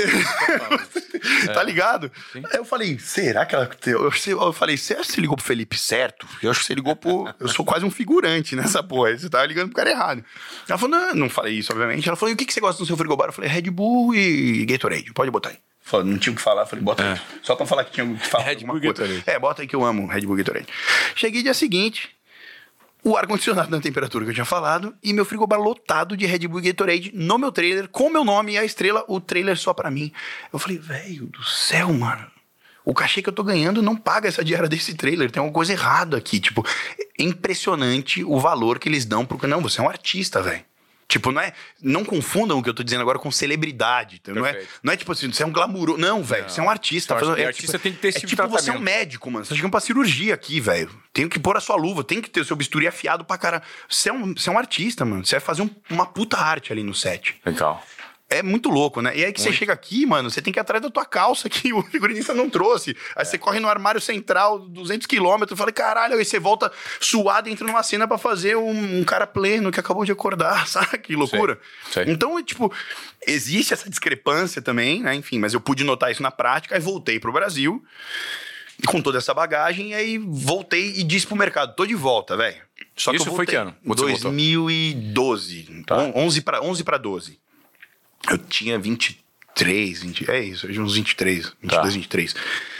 é. Tá ligado? Sim. Aí eu falei, será que ela... Eu, eu falei, você acha que você ligou pro Felipe certo? Eu acho que você ligou pro... Eu sou quase um figurante nessa porra. Você tava ligando pro cara errado. Ela falou, não, não falei isso, obviamente. Ela falou, e o que, que você gosta do seu frigobar? Eu falei, Red Bull e Gatorade. Pode botar aí. Não tinha o que falar, falei, bota aí. É. Só pra falar que tinha que falar. Red Bull e Gatorade. É, bota aí que eu amo Red Bull e Gatorade. Cheguei dia seguinte, o ar-condicionado na temperatura que eu tinha falado e meu frigobar lotado de Red Bull e Gatorade no meu trailer, com meu nome e a estrela, o trailer só pra mim. Eu falei, velho do céu, mano. O cachê que eu tô ganhando não paga essa diária desse trailer. Tem alguma coisa errada aqui. Tipo, é impressionante o valor que eles dão pro... Não, você é um artista, velho. Tipo, não é... Não confundam o que eu tô dizendo agora com celebridade. Não é, não é tipo assim, você é um glamour. Não, velho. Você é um artista. Então, é, artista tipo, tem que ter esse é tipo tipo de tratamento. Você é um médico, mano. Você tá chegando pra cirurgia aqui, velho. Tem que pôr a sua luva. Tem que ter o seu bisturi afiado pra cara. Você é um, você é um artista, mano. Você vai fazer um, uma puta arte ali no set. Legal. É muito louco, né? E aí que muito. Você chega aqui, mano, você tem que ir atrás da tua calça que o figurinista não trouxe. Aí é. Você corre no armário central, duzentos quilômetros, fala, caralho, aí você volta suado e entra numa cena pra fazer um, um cara pleno que acabou de acordar, sabe? Que loucura. Sei. Sei. Então, tipo, existe essa discrepância também, né? Enfim, mas eu pude notar isso na prática, aí voltei pro Brasil com toda essa bagagem, e aí voltei e disse pro mercado, tô de volta, velho. Só isso que eu foi que ano? dois mil e doze. Tá. onze pra doze. Eu tinha vinte e três, vinte, é isso, uns vinte e três, vinte e dois, tá. vinte e três.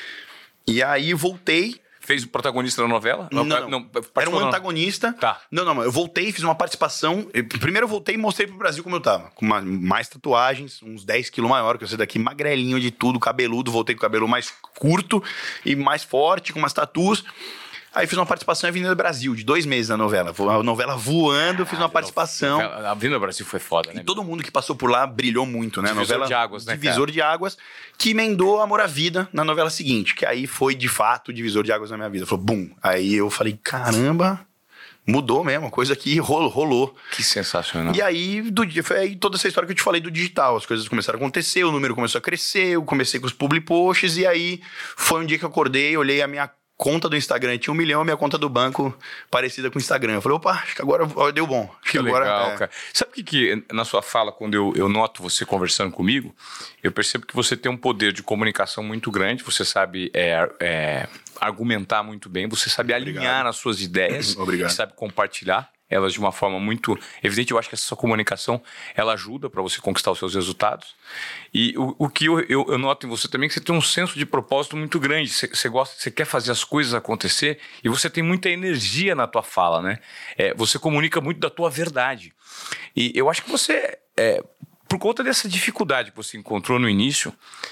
E aí voltei. Fez o protagonista da novela? Não, não, não. Era um antagonista. Tá. Não, não, eu voltei, fiz uma participação. Eu, primeiro eu voltei e mostrei pro Brasil como eu tava. Com uma, mais tatuagens, uns dez quilos maior, que eu sei daqui, magrelinho de tudo, cabeludo. Voltei com o cabelo mais curto e mais forte, com umas tatuas. Aí fiz uma participação em Avenida Brasil, de dois meses na novela. A novela voando, eu fiz ah, uma participação. A Avenida Brasil foi foda, né? E todo mundo que passou por lá brilhou muito, né? Divisor novela, de águas, né, Divisor cara? de águas, que emendou Amor à Vida na novela seguinte, que aí foi, de fato, o divisor de águas na minha vida. Falou, bum! Aí eu falei, caramba, mudou mesmo, coisa que rolou. rolou. Que sensacional. E aí, do dia, foi aí toda essa história que eu te falei do digital. As coisas começaram a acontecer, o número começou a crescer, eu comecei com os public posts, e aí foi um dia que eu acordei, olhei a minha conta do Instagram tinha um milhão, a minha conta do banco parecida com o Instagram. Eu falei, opa, acho que agora deu bom. Acho que, que agora, legal, é... cara. Sabe o que, que na sua fala, quando eu, eu noto você conversando comigo, eu percebo que você tem um poder de comunicação muito grande, você sabe é, é, argumentar muito bem, você sabe Obrigado. alinhar as suas ideias, Obrigado. sabe compartilhar elas de uma forma muito evidente. Eu acho que essa sua comunicação, ela ajuda para você conquistar os seus resultados. E o, o que eu, eu, eu noto em você também é que você tem um senso de propósito muito grande. Você, você gosta, você quer fazer as coisas acontecer e você tem muita energia na tua fala, né? É, você comunica muito da tua verdade. E eu acho que você, é, por conta dessa dificuldade que você encontrou no início,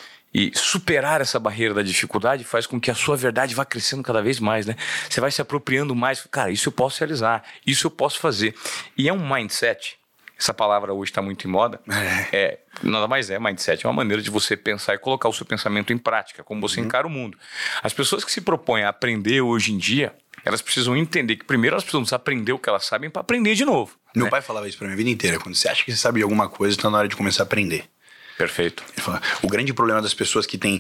e superar essa barreira da dificuldade faz com que a sua verdade vá crescendo cada vez mais, né? Você vai se apropriando mais. Cara, isso eu posso realizar, isso eu posso fazer. E é um mindset. Essa palavra hoje está muito em moda. É. é, nada mais é mindset. É uma maneira de você pensar e colocar o seu pensamento em prática, como você uhum. encara o mundo. As pessoas que se propõem a aprender hoje em dia, elas precisam entender que primeiro elas precisam aprender o que elas sabem para aprender de novo. Meu né? pai falava isso para minha vida inteira. Quando você acha que você sabe de alguma coisa, está na hora de começar a aprender. Perfeito. O grande problema das pessoas que têm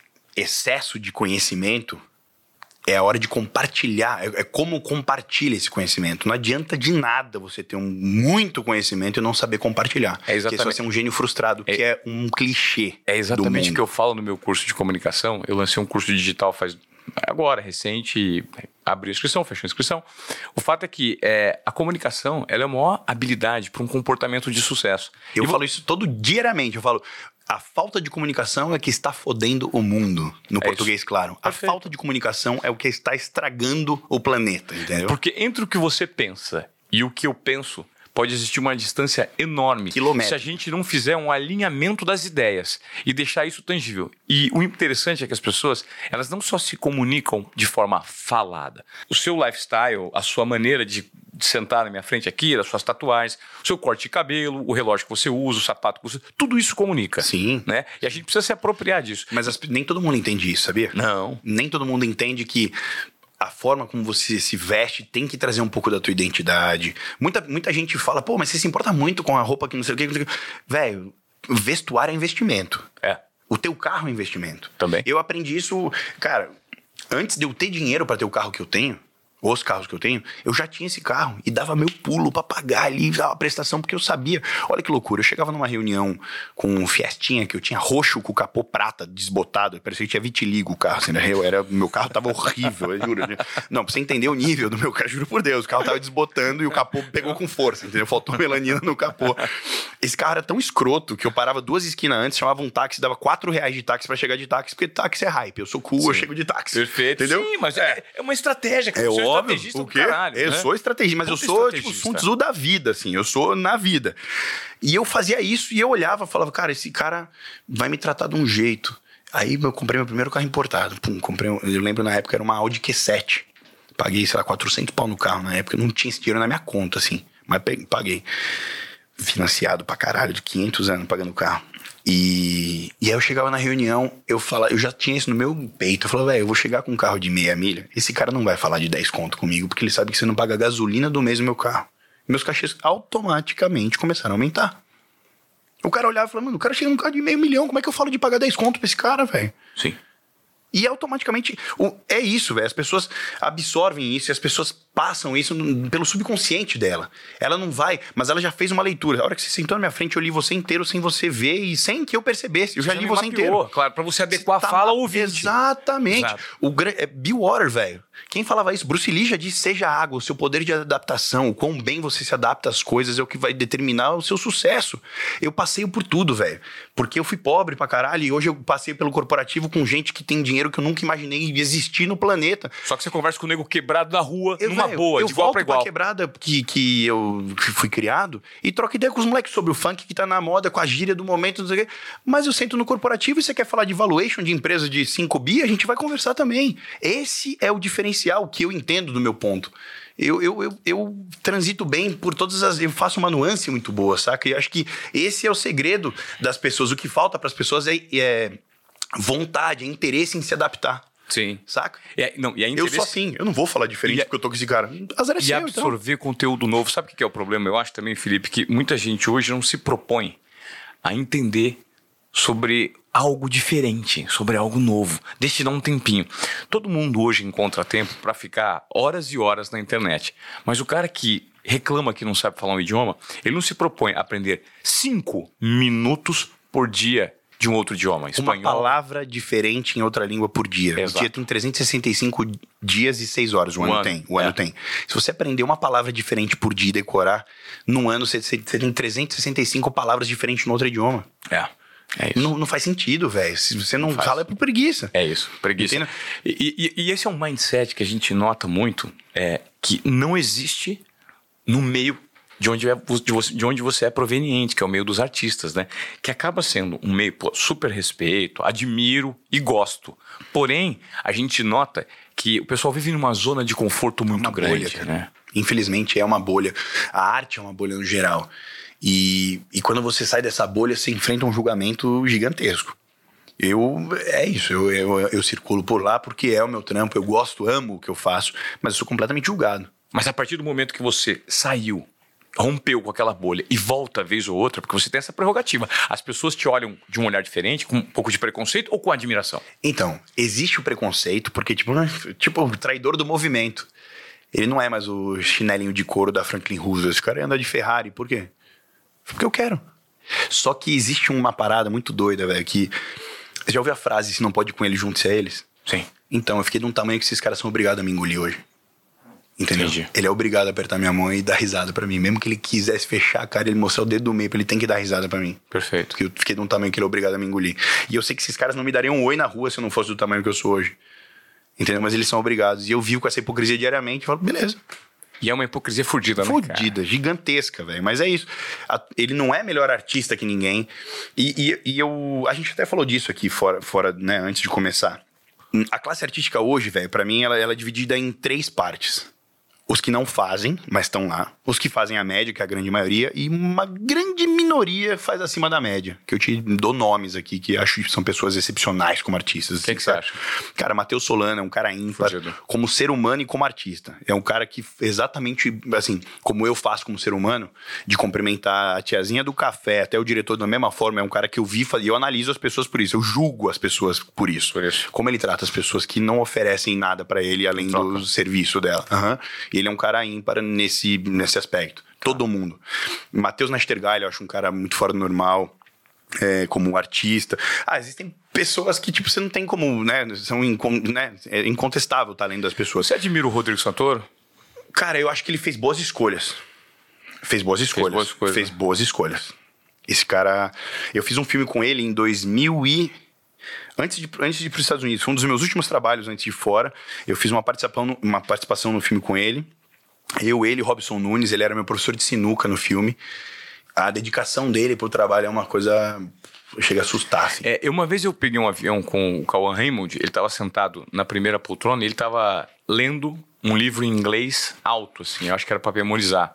excesso de conhecimento é a hora de compartilhar. É, é como compartilha esse conhecimento. Não adianta de nada você ter um muito conhecimento e não saber compartilhar. É exatamente. Porque você é um gênio frustrado, é, que é um clichê. É exatamente o que eu falo no meu curso de comunicação. Eu lancei um curso digital faz agora, recente, abri a inscrição, fechou a inscrição. O fato é que é, a comunicação ela é a maior habilidade para um comportamento de sucesso. Eu e falo isso todo diariamente. Eu falo, a falta de comunicação é que está fodendo o mundo. No é português, isso. claro. Perfeito. A falta de comunicação é o que está estragando o planeta, entendeu? Porque entre o que você pensa e o que eu penso, pode existir uma distância enorme. Quilômetro. Se a gente não fizer um alinhamento das ideias e deixar isso tangível. E o interessante é que as pessoas, elas não só se comunicam de forma falada. O seu lifestyle, a sua maneira de, de sentar na minha frente aqui, as suas tatuagens, o seu corte de cabelo, o relógio que você usa, o sapato que você usa, tudo isso comunica. Sim. Né? E a gente precisa se apropriar disso. Mas as, nem todo mundo entende isso, sabia? Não. Nem todo mundo entende que a forma como você se veste tem que trazer um pouco da tua identidade. Muita, muita gente fala, pô, mas você se importa muito com a roupa que não sei o que. que... Velho, vestuário é investimento. É. O teu carro é investimento. Também. Eu aprendi isso, cara, Antes de eu ter dinheiro pra ter o carro que eu tenho, os carros que eu tenho, eu já tinha esse carro e dava meu pulo pra pagar ali a prestação, porque eu sabia. Olha que loucura, eu chegava numa reunião com um Fiestinha que eu tinha roxo com o capô prata desbotado, parecia que tinha vitiligo o carro, assim, né? Eu era, meu carro tava horrível, eu juro. Não, pra você entender o nível do meu carro, juro por Deus, o carro tava desbotando e o capô pegou com força, entendeu? Faltou melanina no capô. Esse carro era tão escroto que eu parava duas esquinas antes, chamava um táxi, dava quatro reais de táxi pra chegar de táxi, porque táxi é hype, eu sou cool, Sim. eu chego de táxi. Perfeito. Entendeu? Sim, mas é, é uma estratégia, que é você óbvio, é estrategista o do quê? caralho. Eu né? sou estrategista, mas Puta eu sou tipo Sun Tzu da vida, assim, eu sou na vida. E eu fazia isso e eu olhava e falava, cara, esse cara vai me tratar de um jeito. Aí eu comprei meu primeiro carro importado. Pum, comprei, eu lembro na época era uma Audi Q sete. Paguei, sei lá, quatrocentos pau no carro na época, não tinha esse dinheiro na minha conta, assim, mas paguei. Financiado pra caralho, de quinhentos anos pagando o carro. E, e aí eu chegava na reunião, eu falava, eu já tinha isso no meu peito. Eu falava, velho, eu vou chegar com um carro de meia milha. Esse cara não vai falar de dez conto comigo, porque ele sabe que você não paga a gasolina do mês do meu carro. Meus cachês automaticamente começaram a aumentar. O cara olhava e falava, mano, o cara chega num carro de meio milhão, como é que eu falo de pagar dez conto pra esse cara, velho? Sim. E automaticamente, o, é isso, velho. As pessoas absorvem isso e as pessoas passam isso no, pelo subconsciente dela. Ela não vai, mas ela já fez uma leitura. A hora que você sentou na minha frente, eu li você inteiro sem você ver e sem que eu percebesse. Eu já, já li você mapeou, inteiro. Claro, pra você adequar você a fala tá, ao ouvinte. Exatamente. Exato. O, é Bill Water, velho. Quem falava isso? Bruce Lee já disse, seja água, o seu poder de adaptação, o quão bem você se adapta às coisas é o que vai determinar o seu sucesso. Eu passei por tudo, velho. Porque eu fui pobre pra caralho e hoje eu passei pelo corporativo com gente que tem dinheiro que eu nunca imaginei existir no planeta. Só que você conversa com o nego quebrado na rua, eu, numa véio, boa, de igual pra igual. Eu volto pra quebrada que, que eu fui criado e troco ideia com os moleques sobre o funk que tá na moda, com a gíria do momento, não sei o quê. Mas eu sento no corporativo e você quer falar de valuation de empresa de cinco bi, a gente vai conversar também. Esse é o diferencial que eu entendo do meu ponto. Eu, eu, eu, eu transito bem por todas as... Eu faço uma nuance muito boa, saca? E eu acho que esse é o segredo das pessoas. O que falta pras pessoas é, é vontade, é interesse em se adaptar. Sim. Saca? É, não, e é interesse... Eu sou assim, eu não vou falar diferente e porque eu tô com esse cara. Azar é e seu, absorver então. conteúdo novo. Sabe o que é o problema? Eu acho também, Felipe, que muita gente hoje não se propõe a entender sobre algo diferente, sobre algo novo. Deixa eu dar um tempinho. Todo mundo hoje encontra tempo para ficar horas e horas na internet. Mas o cara que reclama que não sabe falar um idioma, ele não se propõe a aprender cinco minutos por dia de um outro idioma. Espanhol. Uma palavra diferente em outra língua por dia. Exato. O dia tem trezentos e sessenta e cinco dias e seis horas. O, o ano, ano tem. O é. ano tem. Se você aprender uma palavra diferente por dia e decorar, num ano você, você tem trezentos e sessenta e cinco palavras diferentes no outro idioma. É. É isso. Não, não faz sentido, velho. Se você não, não fala, é por preguiça. É isso, preguiça. E, e, e esse é um mindset que a gente nota muito, é, que não existe no meio de onde, é, de, você, de onde você é proveniente, que é o meio dos artistas, né? Que acaba sendo um meio, pô, super respeito, admiro e gosto. Porém, a gente nota que o pessoal vive numa zona de conforto muito uma grande, bolha, né? Infelizmente é uma bolha. A arte é uma bolha no geral. E, e quando você sai dessa bolha, você enfrenta um julgamento gigantesco. Eu, é isso, eu, eu, eu circulo por lá porque é o meu trampo, eu gosto, amo o que eu faço, mas eu sou completamente julgado. Mas a partir do momento que você saiu, rompeu com aquela bolha e volta vez ou outra, porque você tem essa prerrogativa, as pessoas te olham de um olhar diferente, com um pouco de preconceito ou com admiração? Então, existe o preconceito, porque tipo, tipo o traidor do movimento. Ele não é mais o chinelinho de couro da Franklin Roosevelt, esse cara anda de Ferrari, por quê? Porque eu quero. Só que existe uma parada muito doida, velho, que... Você já ouviu a frase, se não pode ir com eles, junte-se a eles? Sim. Então, eu fiquei de um tamanho que esses caras são obrigados a me engolir hoje. Entendeu? Entendi. Ele é obrigado a apertar minha mão e dar risada pra mim. Mesmo que ele quisesse fechar a cara e ele mostrar o dedo do meio, ele tem que dar risada pra mim. Perfeito. Porque eu fiquei de um tamanho que ele é obrigado a me engolir. E eu sei que esses caras não me dariam um oi na rua se eu não fosse do tamanho que eu sou hoje. Entendeu? Mas eles são obrigados. E eu vivo com essa hipocrisia diariamente e falo, beleza. E é uma hipocrisia fudida, né, cara? Fudida, gigantesca, velho. Mas é isso. A, ele não é melhor artista que ninguém. E, e, e eu... A gente até falou disso aqui fora, fora, né, antes de começar. A classe artística hoje, velho, pra mim, ela, ela é dividida em três partes. os que não fazem, mas estão lá. Os que fazem a média, que é a grande maioria. E uma grande minoria faz acima da média. Que eu te dou nomes aqui, que acho que são pessoas excepcionais como artistas. Quem assim, que você acha? Cara, Matheus Solano é um cara ímpar. Fugido. Como ser humano e como artista. É um cara que exatamente, assim, como eu faço como ser humano, de cumprimentar a tiazinha do café, até o diretor da mesma forma, é um cara que eu vi fazer. E eu analiso as pessoas por isso. Eu julgo as pessoas por isso. Por isso. Como ele trata as pessoas que não oferecem nada pra ele, além Troca. do serviço dela. Uhum. Ele é um cara ímpar nesse, nesse aspecto. Todo mundo. Matheus Nastergalli, eu acho um cara muito fora do normal, é, como artista. Ah, existem pessoas que, tipo, você não tem como, né? São incon, né, é incontestável o talento das pessoas. Você admira o Rodrigo Santoro? Cara, eu acho que ele fez boas escolhas. Fez boas escolhas. Fez boas escolhas. Fez boas escolhas. Esse cara... Eu fiz um filme com ele em dois mil e... Antes de, antes de ir para os Estados Unidos. Foi um dos meus últimos trabalhos antes de ir fora. Eu fiz uma participação, no, uma participação no filme com ele. Eu, ele, Robson Nunes. Ele era meu professor de sinuca no filme. A dedicação dele pro trabalho é uma coisa... Chega a assustar, assim. É, uma vez eu peguei um avião com o Cauã Raymond. Ele estava sentado na primeira poltrona e ele estava lendo um livro em inglês alto, assim. Eu acho que era para memorizar.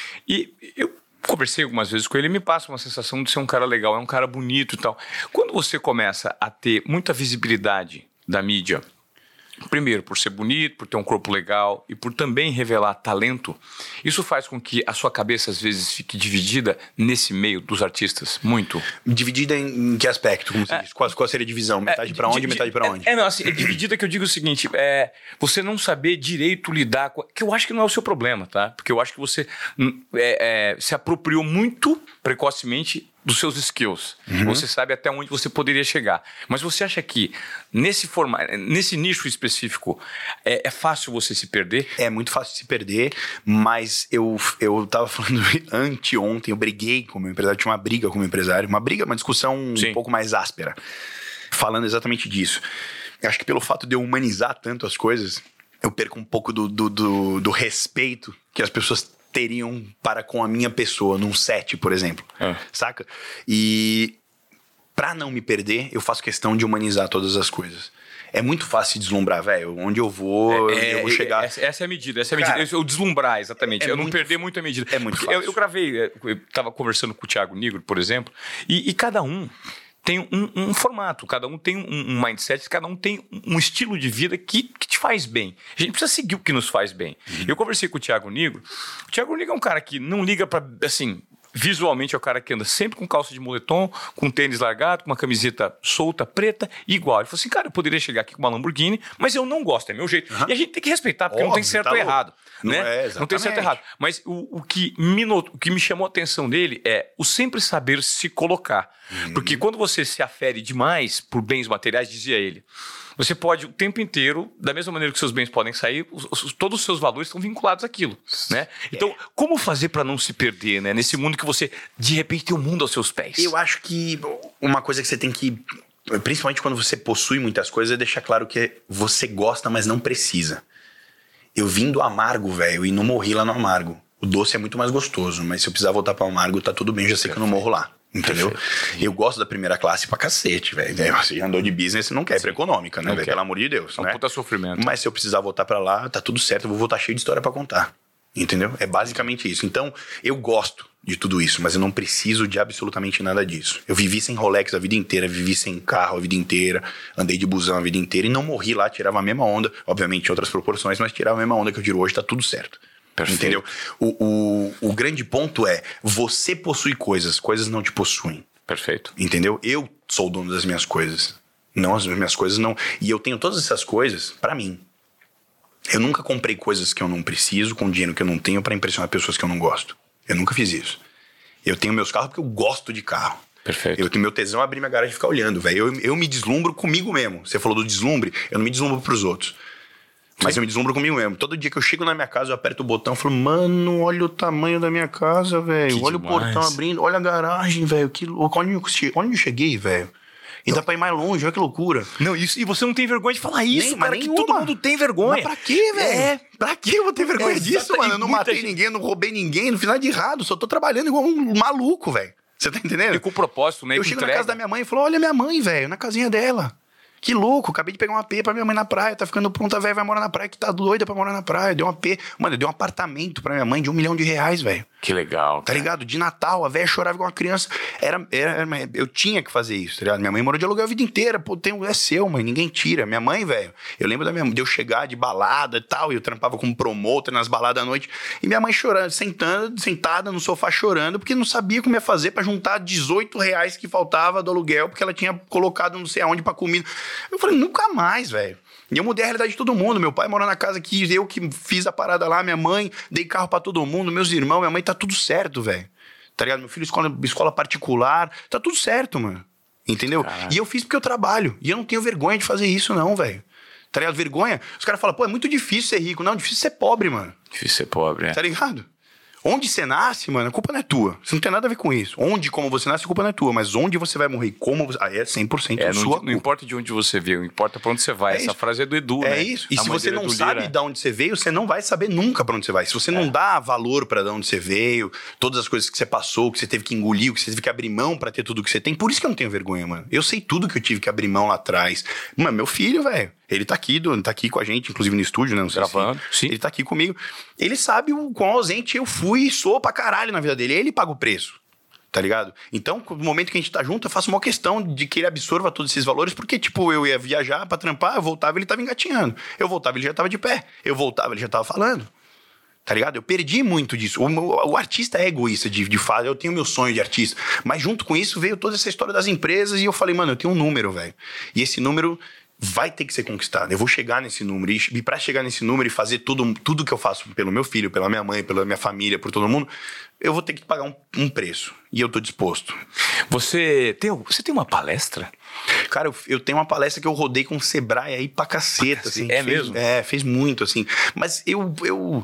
E eu conversei algumas vezes com ele e me passa uma sensação de ser um cara legal, é um cara bonito e tal. Quando você começa a ter muita visibilidade da mídia, primeiro por ser bonito, por ter um corpo legal e por também revelar talento, isso faz com que a sua cabeça às vezes fique dividida nesse meio dos artistas, muito. Dividida em, em que aspecto? Como você É, diz? Qual, qual seria a divisão? Metade é, pra onde di- e metade pra é, onde? É, não, assim, é dividida que eu digo o seguinte, é você não saber direito lidar com... Que eu acho que não é o seu problema, tá? Porque eu acho que você hum, é, é, se apropriou muito precocemente dos seus skills. Uhum. Você sabe até onde você poderia chegar. Mas você acha que nesse, forma, nesse nicho específico é, é fácil você se perder? É muito fácil se perder, mas eu, eu tava falando anteontem, eu briguei com o meu empresário, tinha uma briga com o meu empresário, uma briga, uma discussão Sim. um pouco mais áspera, falando exatamente disso. Eu acho que pelo fato de eu humanizar tanto as coisas, eu perco um pouco do, do, do, do respeito que as pessoas teriam para com a minha pessoa, num set, por exemplo. É. Saca? E pra não me perder, eu faço questão de humanizar todas as coisas. É muito fácil se deslumbrar, velho. Onde eu vou, é, eu vou chegar... Essa, essa é a medida, essa é a medida. Cara, eu deslumbrar, exatamente. É eu muito, não perder muito a medida. É muito Porque fácil. Eu, eu gravei, eu tava conversando com o Thiago Nigro, por exemplo, e, e cada um tem um, um formato, cada um tem um, um mindset, cada um tem um estilo de vida que, que te faz bem. A gente precisa seguir o que nos faz bem. Uhum. Eu conversei com o Thiago Nigro. O Thiago Nigro é um cara que não liga pra, assim... Visualmente é o cara que anda sempre com calça de moletom, com tênis largado, com uma camiseta solta, preta, igual. Ele falou assim, cara, eu poderia chegar aqui com uma Lamborghini, mas eu não gosto, é meu jeito. Uhum. E a gente tem que respeitar, porque Óbvio, não tem certo tá ou errado. Não, né? é, não tem certo ou errado. Mas o, o, que me not... o que me chamou a atenção dele é o sempre saber se colocar. Uhum. Porque quando você se afere demais por bens materiais, dizia ele, você pode o tempo inteiro, da mesma maneira que seus bens podem sair, os, os, todos os seus valores estão vinculados àquilo, né? Então, como fazer para não se perder, né? Nesse mundo que você, de repente, tem o um mundo aos seus pés. Eu acho que uma coisa que você tem que, principalmente quando você possui muitas coisas, é deixar claro que você gosta, mas não precisa. Eu vim do amargo, velho, e não morri lá no amargo. O doce é muito mais gostoso, mas se eu precisar voltar para o amargo, tá tudo bem, já sei que eu não morro lá. Entendeu? Perfeito. Eu gosto da primeira classe pra cacete, velho. Você já andou de business, você não quer ir pra econômica, né, velho? Pelo amor de Deus. É um né? puta sofrimento. Mas se eu precisar voltar pra lá, tá tudo certo, eu vou voltar cheio de história pra contar. Entendeu? É basicamente isso. Então, eu gosto de tudo isso, mas eu não preciso de absolutamente nada disso. Eu vivi sem Rolex a vida inteira, vivi sem carro a vida inteira, andei de busão a vida inteira e não morri lá, tirava a mesma onda, obviamente em outras proporções, mas tirava a mesma onda que eu tiro hoje, tá tudo certo. Perfeito. Entendeu? O, o, o grande ponto é, você possui coisas, coisas não te possuem. Perfeito. Entendeu? Eu sou o dono das minhas coisas. Não, as minhas coisas não. E eu tenho todas essas coisas pra mim. Eu nunca comprei coisas que eu não preciso com dinheiro que eu não tenho pra impressionar pessoas que eu não gosto. Eu nunca fiz isso. Eu tenho meus carros porque eu gosto de carro. Perfeito. Eu tenho meu tesão abrir minha garagem e ficar olhando, velho. Eu, eu me deslumbro comigo mesmo. Você falou do deslumbre, eu não me deslumbro pros outros. Mas Sim. eu me deslumbro comigo mesmo. Todo dia que eu chego na minha casa, eu aperto o botão e falo, mano, olha o tamanho da minha casa, velho. Olha demais. O portão abrindo, olha a garagem, velho. Que louco. Olha onde eu cheguei, velho. E dá pra ir mais longe, olha que loucura. Não, isso, e você não tem vergonha de falar isso, Nem, cara, mas que todo mundo tem vergonha. Mas pra quê, velho? É. Pra quê eu vou ter vergonha é, disso, mano? Eu não matei gente... ninguém, não roubei ninguém, não fiz nada de errado. Só tô trabalhando igual um maluco, velho. Você tá entendendo? E com propósito, né? Eu chego entrega. na casa da minha mãe e falo, olha minha mãe, velho, na casinha dela. Que louco, acabei de pegar um A P pra minha mãe na praia, tá ficando pronta, velho, vai morar na praia, que tá doida pra morar na praia. Deu um A P, mano, deu um apartamento pra minha mãe de um milhão de reais, velho. Que legal. Tá ligado? De Natal, a velha chorava igual uma criança. Era, era, era, eu tinha que fazer isso, tá ligado? Minha mãe morou de aluguel a vida inteira, pô, tem, é seu, mãe, ninguém tira. Minha mãe, velho, eu lembro da minha mãe, de eu chegar de balada e tal, e eu trampava como promotor nas baladas à noite, e minha mãe chorando, sentando, sentada no sofá chorando, porque não sabia como ia fazer pra juntar dezoito reais que faltava do aluguel, porque ela tinha colocado não sei aonde pra comida. Eu falei, nunca mais, velho. E eu mudei a realidade de todo mundo. Meu pai morou na casa que eu que fiz a parada lá, minha mãe, dei carro pra todo mundo, meus irmãos, minha mãe, tá tudo certo, velho. Tá ligado? Meu filho, escola, escola particular, tá tudo certo, mano. Entendeu? Caraca. E eu fiz porque eu trabalho. E eu não tenho vergonha de fazer isso, não, velho. Tá ligado? Vergonha. Os caras falam, pô, é muito difícil ser rico. Não, é difícil ser pobre, mano. Difícil ser pobre, é. Tá ligado? Onde você nasce, mano, a culpa não é tua. Você não tem nada a ver com isso. Onde e como você nasce, a culpa não é tua. Mas onde você vai morrer e como você... Aí é cem por cento é, sua não, culpa. Não importa de onde você veio, importa pra onde você vai. É Essa isso. frase é do Edu, é né? É isso. E a se você não sabe de onde você veio, você não vai saber nunca pra onde você vai. Se você é. não dá valor pra de onde você veio, todas as coisas que você passou, que você teve que engolir, que você teve que abrir mão pra ter tudo que você tem. Por isso que eu não tenho vergonha, mano. Eu sei tudo que eu tive que abrir mão lá atrás. Mano, meu filho, velho. Ele tá aqui, do, tá aqui com a gente, inclusive no estúdio, né? Não sei Gravando, se, sim. Ele tá aqui comigo. Ele sabe o quão ausente eu fui e sou pra caralho na vida dele. Ele paga o preço, tá ligado? Então, no momento que a gente tá junto, eu faço uma questão de que ele absorva todos esses valores, porque, tipo, eu ia viajar pra trampar, eu voltava, ele tava engatinhando. Eu voltava, ele já tava de pé. Eu voltava, ele já tava falando. Tá ligado? Eu perdi muito disso. O, o, o artista é egoísta de, de fato. Eu tenho meu sonho de artista. Mas junto com isso veio toda essa história das empresas e eu falei, mano, eu tenho um número, velho. E esse número... vai ter que ser conquistado. Eu vou chegar nesse número. E pra chegar nesse número e fazer tudo, tudo que eu faço pelo meu filho, pela minha mãe, pela minha família, por todo mundo, eu vou ter que pagar um, um preço. E eu tô disposto. Você tem, você tem uma palestra? Cara, eu, eu tenho uma palestra que eu rodei com o Sebrae aí pra caceta. Assim, é fez, mesmo? É, fez muito, assim. Mas eu... eu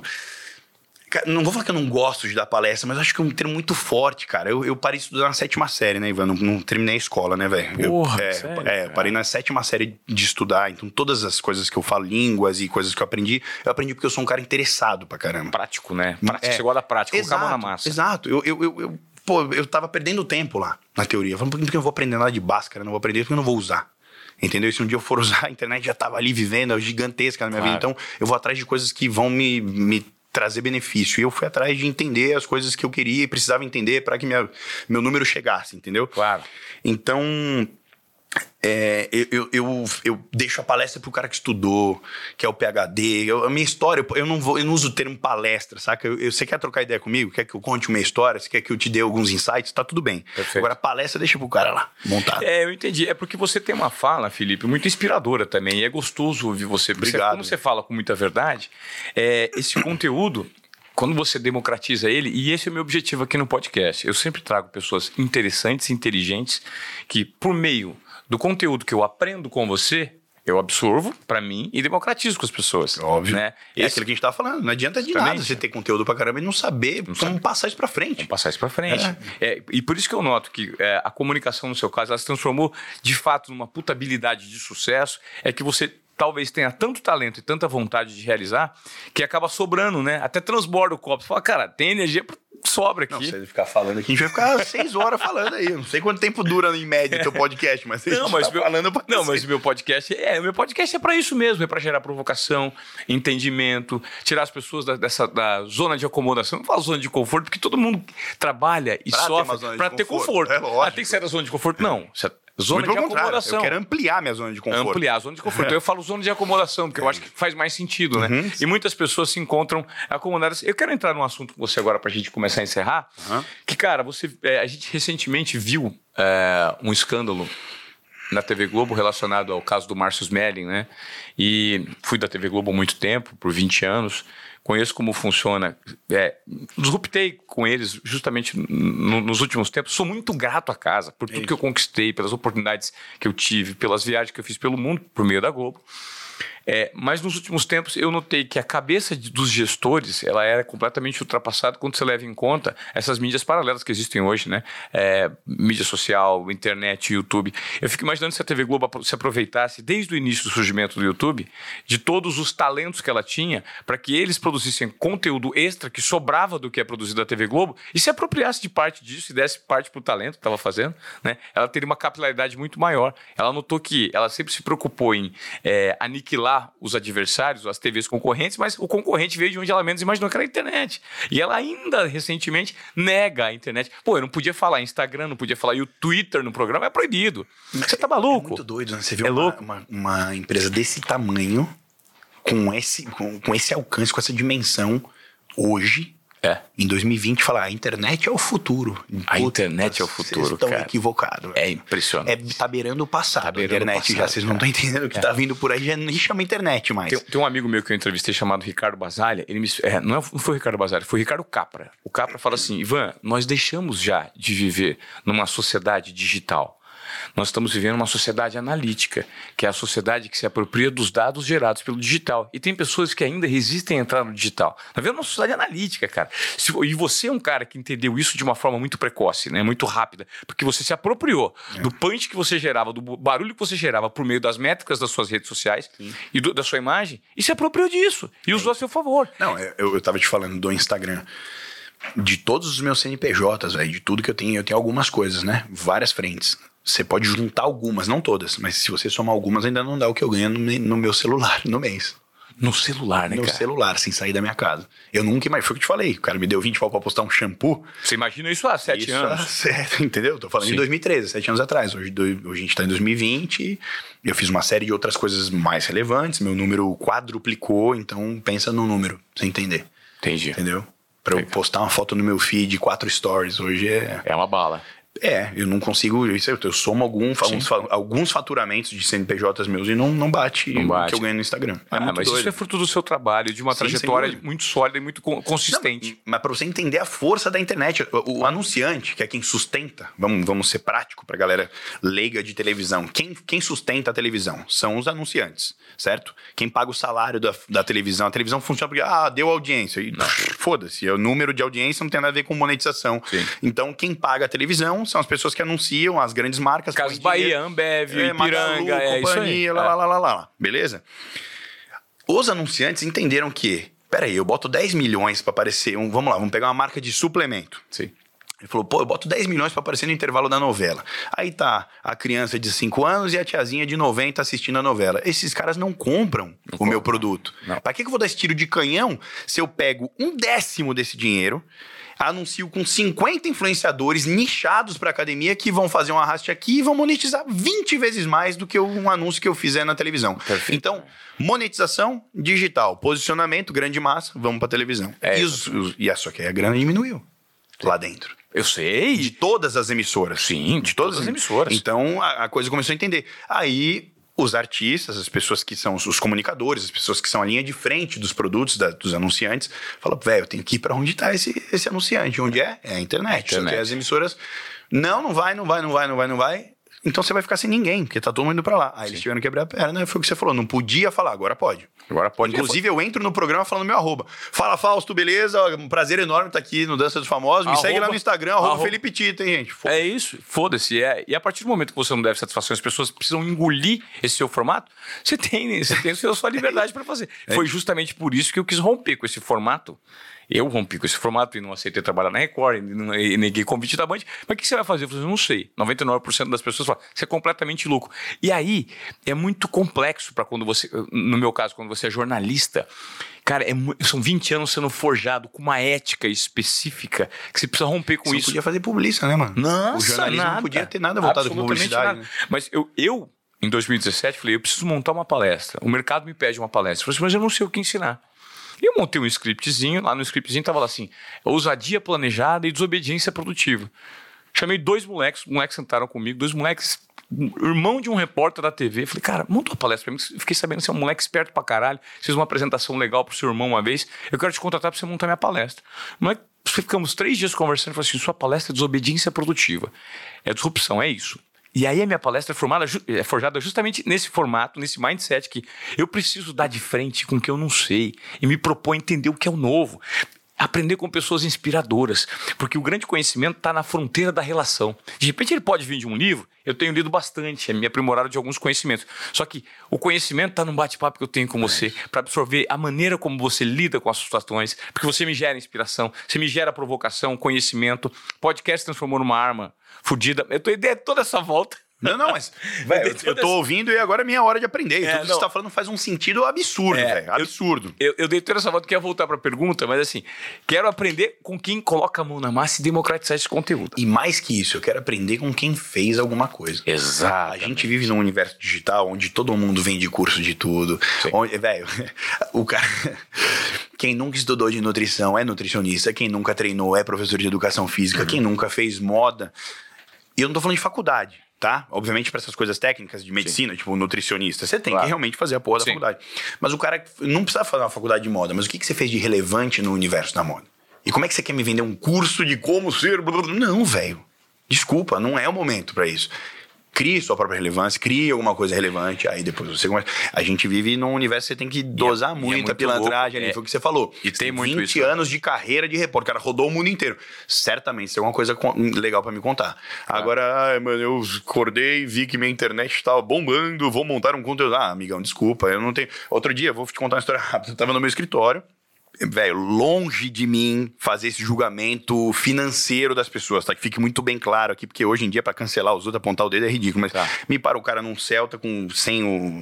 não vou falar que eu não gosto de dar palestra, mas eu acho que é um termo muito forte, cara. Eu, eu parei de estudar na sétima série, né, Ivan? Não, não terminei a escola, né, velho? Porra, é, sério, é, parei na sétima série de estudar. Então, todas as coisas que eu falo, línguas e coisas que eu aprendi, eu aprendi porque eu sou um cara interessado pra caramba. Prático, né? Prático, é, você gosta da prática, exato, colocar a mão na massa. Exato. Eu, eu, eu, eu, pô, eu tava perdendo tempo lá, na teoria. Falando, por que eu não vou aprender nada de básica? Eu não vou aprender porque eu não vou usar. Entendeu? Se um dia eu for usar, a internet já tava ali vivendo, é gigantesca na minha claro. vida. Então, eu vou atrás de coisas que vão me... me trazer benefício. E eu fui atrás de entender as coisas que eu queria e precisava entender para que minha, meu número chegasse, entendeu? Claro. Então, é, eu, eu, eu, eu deixo a palestra pro cara que estudou, que é o P H D. Eu, a minha história, eu não, vou, eu não uso o termo palestra, saca? Eu, eu, você quer trocar ideia comigo? Quer que eu conte uma história? Você quer que eu te dê alguns insights? Tá tudo bem. Perfeito. Agora, a palestra deixa pro cara lá, montado. É, eu entendi. É porque você tem uma fala, Felipe, muito inspiradora também. E é gostoso ouvir você. Obrigado. Como você fala com muita verdade, é, esse conteúdo... Quando você democratiza ele, e esse é o meu objetivo aqui no podcast, eu sempre trago pessoas interessantes, inteligentes, que por meio do conteúdo que eu aprendo com você, eu absorvo pra mim e democratizo com as pessoas. Óbvio. Né? É Esse... aquilo que a gente tava falando. Não adianta de nada você ter conteúdo pra caramba e não saber não como sabe. passar isso pra frente. Como passar isso pra frente. É. É, e por isso que eu noto que é, a comunicação, no seu caso, ela se transformou de fato numa puta habilidade de sucesso, é que você... talvez tenha tanto talento e tanta vontade de realizar que acaba sobrando, né? Até transborda o copo. Você fala, cara, tem energia, sobra aqui. Não, se ele ficar falando aqui, a gente vai ficar seis horas falando aí. Eu não sei quanto tempo dura em média o teu podcast, mas a gente não, mas tá meu, falando pra Não, mas o meu podcast é, o meu podcast é pra isso mesmo, é pra gerar provocação, entendimento, tirar as pessoas da, dessa, da zona de acomodação. Não falo zona de conforto, porque todo mundo trabalha e pra sofre pra ter conforto. É lógico. Ah, tem que sair da zona de conforto? Não. Você Zona Muito de acomodação. Eu quero ampliar minha zona de conforto. Ampliar a zona de conforto. Eu falo zona de acomodação, porque eu acho que faz mais sentido, né? Uhum. E muitas pessoas se encontram acomodadas. Eu quero entrar num assunto com você agora pra gente começar a encerrar. Uhum. Que, cara, você, é, a gente recentemente viu é, um escândalo na T V Globo relacionado ao caso do Márcio Smelling, né? E fui da T V Globo há muito tempo, por vinte anos. Conheço como funciona, é, disruptei com eles justamente no, nos últimos tempos. Sou muito grato à casa por tudo é que eu conquistei, pelas oportunidades que eu tive, pelas viagens que eu fiz pelo mundo por meio da Globo. É, mas nos últimos tempos eu notei que a cabeça de, dos gestores ela era completamente ultrapassada quando você leva em conta essas mídias paralelas que existem hoje, né? É, mídia social, internet, YouTube. Eu fico imaginando se a T V Globo se aproveitasse desde o início do surgimento do YouTube de todos os talentos que ela tinha para que eles produzissem conteúdo extra que sobrava do que é produzido da T V Globo e se apropriasse de parte disso e desse parte para o talento que estava fazendo, né? Ela teria uma capilaridade muito maior. Ela notou que ela sempre se preocupou em é, aniquilar os adversários, as T Vs concorrentes, mas o concorrente veio de onde ela menos imaginou, que era a internet. E ela ainda, recentemente, nega a internet. Pô, eu não podia falar Instagram, não podia falar e o Twitter no programa, é proibido. Você tá maluco? É muito doido, né? Você vê é uma, uma, uma empresa desse tamanho, com esse, com, com esse alcance, com essa dimensão, hoje... É. Em dois mil e vinte, falar, a internet é o futuro. A Puta, internet é o futuro, vocês estão cara. equivocados. É impressionante. É, tá beirando o passado. Tá beirando a internet o passado, já, vocês não estão entendendo o que é. tá vindo por aí, já nem chama internet mais. Tem, tem um amigo meu que eu entrevistei chamado Ricardo Basalha, ele me, é, não, é, não foi o Ricardo Basalha, foi o Ricardo Capra. O Capra fala assim, Ivan, nós deixamos já de viver numa sociedade digital. Nós estamos vivendo uma sociedade analítica, que é a sociedade que se apropria dos dados gerados pelo digital. E tem pessoas que ainda resistem a entrar no digital. Nós vivemos uma sociedade analítica, cara. Se, e você é um cara que entendeu isso de uma forma muito precoce, né? Muito rápida, porque você se apropriou é. do punch que você gerava, do barulho que você gerava por meio das métricas das suas redes sociais Sim. e do, da sua imagem, e se apropriou disso. E usou a seu favor. Não, eu, eu tava te falando do Instagram. De todos os meus C N P Js, véio, de tudo que eu tenho, eu tenho algumas coisas, né? Várias frentes. Você pode juntar algumas, não todas, mas se você somar algumas, ainda não dá o que eu ganho no, no meu celular no mês. No celular, né, no cara? No celular, sem sair da minha casa. Eu nunca mais... Foi o que eu te falei. O cara me deu vinte pau pra postar um shampoo. Você imagina isso há sete isso anos. Há sete, entendeu? Tô falando Sim. de dois mil e treze, sete anos atrás. Hoje, hoje a gente tá em dois mil e vinte. Eu fiz uma série de outras coisas mais relevantes. Meu número quadruplicou. Então, pensa no número, pra você entender. Entendi. Entendeu? Pra eu postar uma foto no meu feed, quatro stories, hoje é... É uma bala. É, eu não consigo... Isso eu, eu somo algum, alguns, alguns faturamentos de C N P Js meus e não, não bate, não bate. o que eu ganho no Instagram. É ah, muito mas doido. Isso é fruto do seu trabalho, de uma Sim, trajetória muito sólida e muito consistente. Não, mas pra você entender a força da internet, o, o anunciante, que é quem sustenta, vamos, vamos ser prático pra galera leiga de televisão, quem, quem sustenta a televisão são os anunciantes, certo? Quem paga o salário da, da televisão, a televisão funciona porque, ah, deu audiência. E foda-se, o número de audiência não tem nada a ver com monetização. Sim. Então, quem paga a televisão são as pessoas que anunciam, as grandes marcas. Casas Bahia, Ambev, é, Ipiranga, Magalu, é companhia, isso aí. Lá, lá, lá, lá, lá, beleza? Os anunciantes entenderam que, peraí, eu boto dez milhões pra aparecer, um, vamos lá, vamos pegar uma marca de suplemento. Sim. Ele falou, pô, eu boto dez milhões pra aparecer no intervalo da novela. Aí tá a criança de cinco anos e a tiazinha de noventa assistindo a novela. Esses caras não compram não o compra. meu produto. Não. Pra que eu vou dar esse tiro de canhão se eu pego um décimo desse dinheiro, anuncio com cinquenta influenciadores nichados pra academia que vão fazer um arraste aqui e vão monetizar vinte vezes mais do que um anúncio que eu fizer na televisão. Perfeito. Então, monetização digital, posicionamento, grande massa, vamos pra televisão. É, e, os, os, e só que a grana diminuiu Sim. lá dentro. Eu sei. De todas as emissoras. Sim, de, de todas, todas as emissoras. Então, a, a coisa começou a entender. Aí, os artistas, as pessoas que são os, os comunicadores, as pessoas que são a linha de frente dos produtos, da, dos anunciantes, falam, velho, eu tenho que ir pra onde tá esse, esse anunciante. Onde é? É a internet. A internet. Só que as emissoras, não, não vai, não vai, não vai, não vai, não vai. Então, você vai ficar sem ninguém, porque tá todo mundo indo pra lá. Aí, Sim. eles tiveram que quebrar a perna, foi o que você falou. Não podia falar, agora pode. Agora pode. Inclusive, eu entro no programa falando meu arroba. Fala, Fausto, beleza? Um prazer enorme estar aqui no Dança dos Famosos. Me arroba, segue lá no Instagram, arroba, arroba Felipe Tito, hein, gente? É isso, foda-se. É. E a partir do momento que você não deve satisfação, as pessoas precisam engolir esse seu formato, você tem, você tem a sua liberdade para fazer. É. Foi justamente por isso que eu quis romper com esse formato. Eu rompi com esse formato e não aceitei trabalhar na Record, e, e neguei convite da Band. Mas o que você vai fazer? Eu falei, não sei. noventa e nove por cento das pessoas falam, você é completamente louco. E aí, é muito complexo para quando você, no meu caso, quando você é jornalista, cara, é, são vinte anos sendo forjado com uma ética específica que você precisa romper com você isso. Você podia fazer publicidade, né, mano? Nossa, o jornalismo nada. não podia ter nada voltado com publicidade. Nada. Né? Mas eu... eu em dois mil e dezessete, falei, eu preciso montar uma palestra. O mercado me pede uma palestra. Eu falei, mas eu não sei o que ensinar. E eu montei um scriptzinho, lá no scriptzinho tava lá assim, ousadia planejada e desobediência produtiva. Chamei dois moleques, os moleques sentaram comigo, dois moleques, irmão de um repórter da T V. Falei, cara, monta uma palestra pra mim. Fiquei sabendo que você é um moleque esperto pra caralho, fez uma apresentação legal pro seu irmão uma vez, eu quero te contratar pra você montar minha palestra. Mas ficamos três dias conversando e falei assim, sua palestra é desobediência produtiva. É disrupção, é isso. E aí a minha palestra é, formada, é forjada justamente nesse formato, nesse mindset que eu preciso dar de frente com o que eu não sei e me propor a entender o que é o novo. Aprender com pessoas inspiradoras, porque o grande conhecimento está na fronteira da relação. De repente ele pode vir de um livro, eu tenho lido bastante, é me aprimorado de alguns conhecimentos. Só que o conhecimento está num bate-papo que eu tenho com você, para absorver a maneira como você lida com as situações, porque você me gera inspiração, você me gera provocação, conhecimento. Podcast transformou numa arma fodida. Eu tô ideia toda essa volta. Não, não, mas, velho, eu, eu tô ouvindo e agora é minha hora de aprender. E é, tudo que você tá falando faz um sentido absurdo, é, velho. Absurdo. Eu, eu, eu dei toda essa volta que ia voltar pra pergunta, mas assim, quero aprender com quem coloca a mão na massa e democratizar esse conteúdo. E mais que isso, eu quero aprender com quem fez alguma coisa. Exato. A gente vive num universo digital onde todo mundo vende curso de tudo. Onde, velho, o cara. Quem nunca estudou de nutrição é nutricionista. Quem nunca treinou é professor de educação física. Uhum. Quem nunca fez moda. E eu não tô falando de faculdade. Tá? Obviamente para essas coisas técnicas de medicina, Sim. tipo nutricionista, você tem claro. que realmente fazer a porra Sim. da faculdade. Mas o cara não precisa fazer uma faculdade de moda, mas o que, que você fez de relevante no universo da moda? E como é que você quer me vender um curso de como ser... Não, velho. Desculpa, não é o momento para isso. Crie sua própria relevância, crie alguma coisa relevante, aí depois você começa. A gente vive num universo que você tem que dosar é, muito, é muito a pilantragem ali, é. foi o que você falou. E tem muito vinte isso. anos de carreira de repórter, o cara rodou o mundo inteiro. Certamente tem alguma coisa legal pra me contar. Ah. Agora, ah, mano, eu acordei, vi que minha internet tava bombando, vou montar um conteúdo. Ah, amigão, desculpa, eu não tenho... Outro dia, vou te contar uma história rápida. Eu tava no meu escritório, velho, longe de mim fazer esse julgamento financeiro das pessoas, tá? Que fique muito bem claro aqui, porque hoje em dia, pra cancelar os outros, apontar o dedo é ridículo, mas tá. me para o cara num Celta com, sem o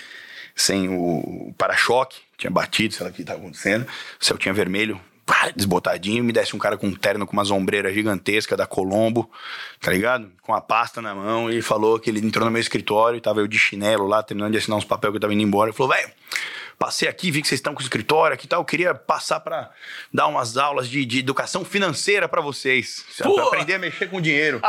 sem o para-choque, tinha batido, sei lá o que tava acontecendo, o Celtinha vermelho, pá, desbotadinho, me desse um cara com um terno com umas ombreiras gigantescas da Colombo, tá ligado? Com a pasta na mão, e falou que ele entrou no meu escritório, e tava eu de chinelo lá, terminando de assinar uns papéis que eu tava indo embora, ele falou, velho, passei aqui, vi que vocês estão com o escritório aqui e tal, eu queria passar pra dar umas aulas de, de educação financeira pra vocês, pra aprender a mexer com dinheiro.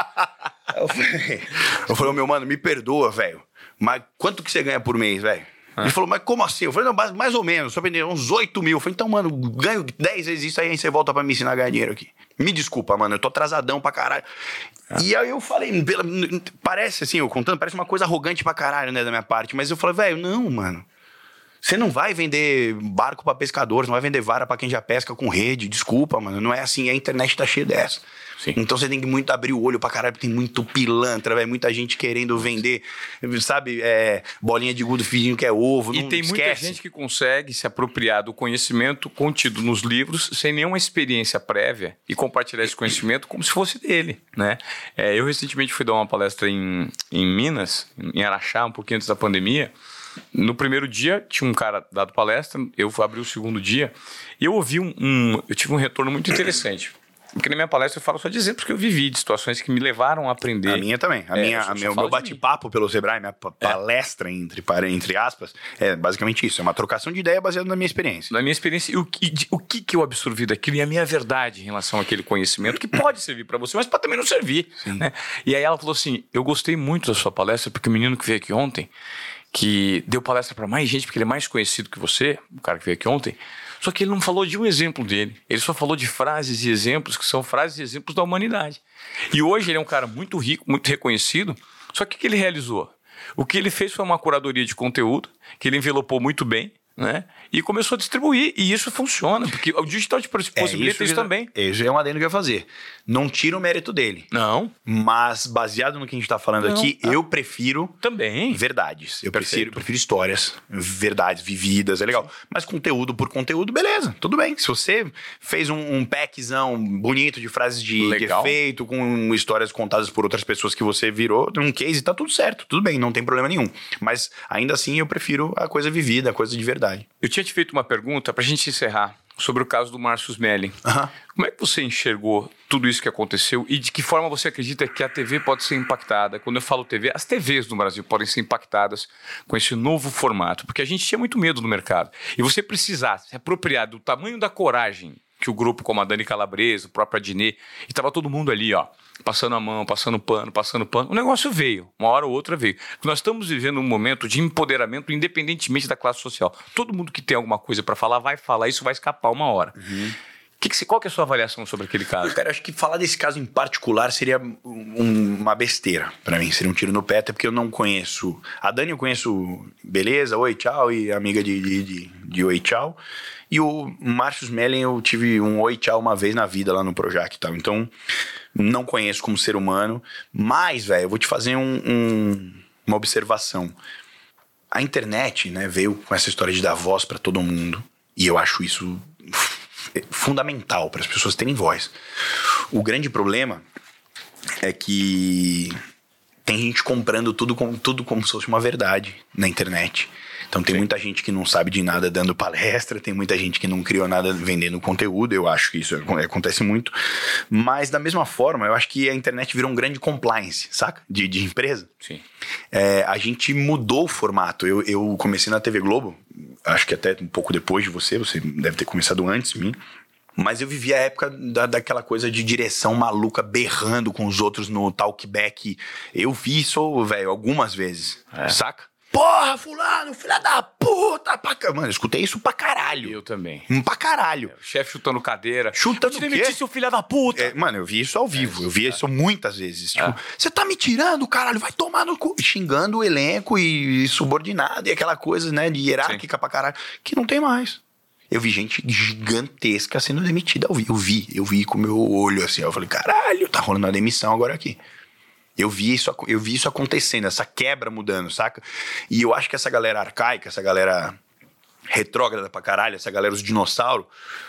eu falei, eu falei, meu mano, me perdoa, velho, mas quanto que você ganha por mês, velho? Ah. Ele falou, mas como assim? Eu falei, não, mais ou menos, só aprender uns oito mil. Eu falei, então, mano, ganho dez vezes isso aí, aí você volta pra me ensinar a ganhar dinheiro aqui. Me desculpa, mano, eu tô atrasadão pra caralho. Ah. E aí eu falei, pela, parece assim, eu contando, parece uma coisa arrogante pra caralho, né, da minha parte, mas eu falei, velho, não, mano. Você não vai vender barco pra pescadores, não vai vender vara pra quem já pesca com rede. Desculpa, mano, não é assim. A internet tá cheia dessa. Sim. Então você tem que muito abrir o olho pra caralho, porque tem muito pilantra, véio, muita gente querendo vender, sabe, é, bolinha de gudo fingindo que é ovo. E não tem esquece. Muita gente que consegue se apropriar do conhecimento contido nos livros sem nenhuma experiência prévia e compartilhar esse conhecimento como se fosse dele, né? É, eu recentemente fui dar uma palestra em, em Minas, em Araxá, um pouquinho antes da pandemia. No primeiro dia, tinha um cara dado palestra, eu abri o segundo dia, e eu ouvi um, um... Eu tive um retorno muito interessante. Porque na minha palestra eu falo só de exemplos que eu vivi, de situações que me levaram a aprender. A minha também. A é, minha, a meu, meu bate-papo pelo Sebrae, minha palestra, é. entre, entre aspas, é basicamente isso. É uma trocação de ideia baseada na minha experiência. Na minha experiência, e o, e, o que, que eu absorvi daquilo e a minha verdade em relação àquele conhecimento, que pode servir para você, mas pode também não servir. Né? E aí ela falou assim, eu gostei muito da sua palestra, porque o menino que veio aqui ontem, que deu palestra para mais gente, porque ele é mais conhecido que você, o cara que veio aqui ontem, só que ele não falou de um exemplo dele. Ele só falou de frases e exemplos que são frases e exemplos da humanidade. E hoje ele é um cara muito rico, muito reconhecido, só que o que ele realizou? O que ele fez foi uma curadoria de conteúdo, que ele envelopou muito bem, né? E começou a distribuir, e isso funciona, porque o digital te possibilita é, isso, isso também. Isso é um adendo que eu ia fazer. Não tira o mérito dele. Não. Mas, baseado no que a gente tá falando não, aqui, tá. eu prefiro... Também. Verdades. Eu prefiro, prefiro histórias, verdades vividas, é legal. Sim. Mas conteúdo por conteúdo, beleza, tudo bem. Se você fez um, um packzão bonito de frases de, de efeito, com histórias contadas por outras pessoas que você virou, um case, tá tudo certo, tudo bem, não tem problema nenhum. Mas, ainda assim, eu prefiro a coisa vivida, a coisa de verdade. Eu tinha te feito uma pergunta pra gente encerrar sobre o caso do Márcio Smelling. Uhum. Como é que você enxergou tudo isso que aconteceu e de que forma você acredita que a T V pode ser impactada? Quando eu falo T V, as T Vs no Brasil podem ser impactadas com esse novo formato, porque a gente tinha muito medo no mercado. E você precisar se apropriar do tamanho da coragem que o grupo como a Dani Calabresa, o próprio Adnet, e estava todo mundo ali, ó, passando a mão, passando pano, passando pano. O negócio veio, uma hora ou outra veio. Nós estamos vivendo um momento de empoderamento independentemente da classe social. Todo mundo que tem alguma coisa para falar vai falar, isso vai escapar uma hora. Uhum. Que que você, qual que é a sua avaliação sobre aquele caso? Cara, acho que falar desse caso em particular seria um, uma besteira pra mim, seria um tiro no pé, até porque eu não conheço. A Dani eu conheço, beleza, oi, tchau, e amiga de, de, de, de oi, tchau. E o Márcio Mellen eu tive um oi, tchau uma vez na vida lá no Projac e tal. Então, não conheço como ser humano, mas, velho, eu vou te fazer um, um, uma observação. A internet, né, veio com essa história de dar voz pra todo mundo, e eu acho isso fundamental para as pessoas terem voz. O grande problema é que tem gente comprando tudo como, tudo como se fosse uma verdade na internet. Então tem Sim. muita gente que não sabe de nada dando palestra, tem muita gente que não criou nada vendendo conteúdo, eu acho que isso acontece muito. Mas da mesma forma, eu acho que a internet virou um grande compliance, saca? De, de empresa. Sim. É, a gente mudou o formato. Eu, eu comecei na T V Globo, acho que até um pouco depois de você, você deve ter começado antes de mim. Mas eu vivi a época da, daquela coisa de direção maluca, berrando com os outros no talkback. Eu vi isso, velho, algumas vezes, é. saca? Porra, fulano, filha da puta. Pra... Mano, eu escutei isso pra caralho. Eu também. Pra caralho. É, o chefe chutando cadeira. Chutando o quê? Demitir, seu filho da puta. É, mano, eu vi isso ao vivo. É, eu vi é. isso muitas vezes. Tipo, você é. tá me tirando, caralho, vai tomar no cu. Xingando o elenco e, e subordinado e aquela coisa, né, de hierárquica Sim. pra caralho, que não tem mais. Eu vi gente gigantesca sendo demitida. Eu vi, eu vi, eu vi com o meu olho assim. Eu falei, caralho, tá rolando a demissão agora aqui. Eu vi, isso, eu vi isso acontecendo, essa quebra mudando, saca? E eu acho que essa galera arcaica, essa galera retrógrada pra caralho, essa galera, os dinossauros,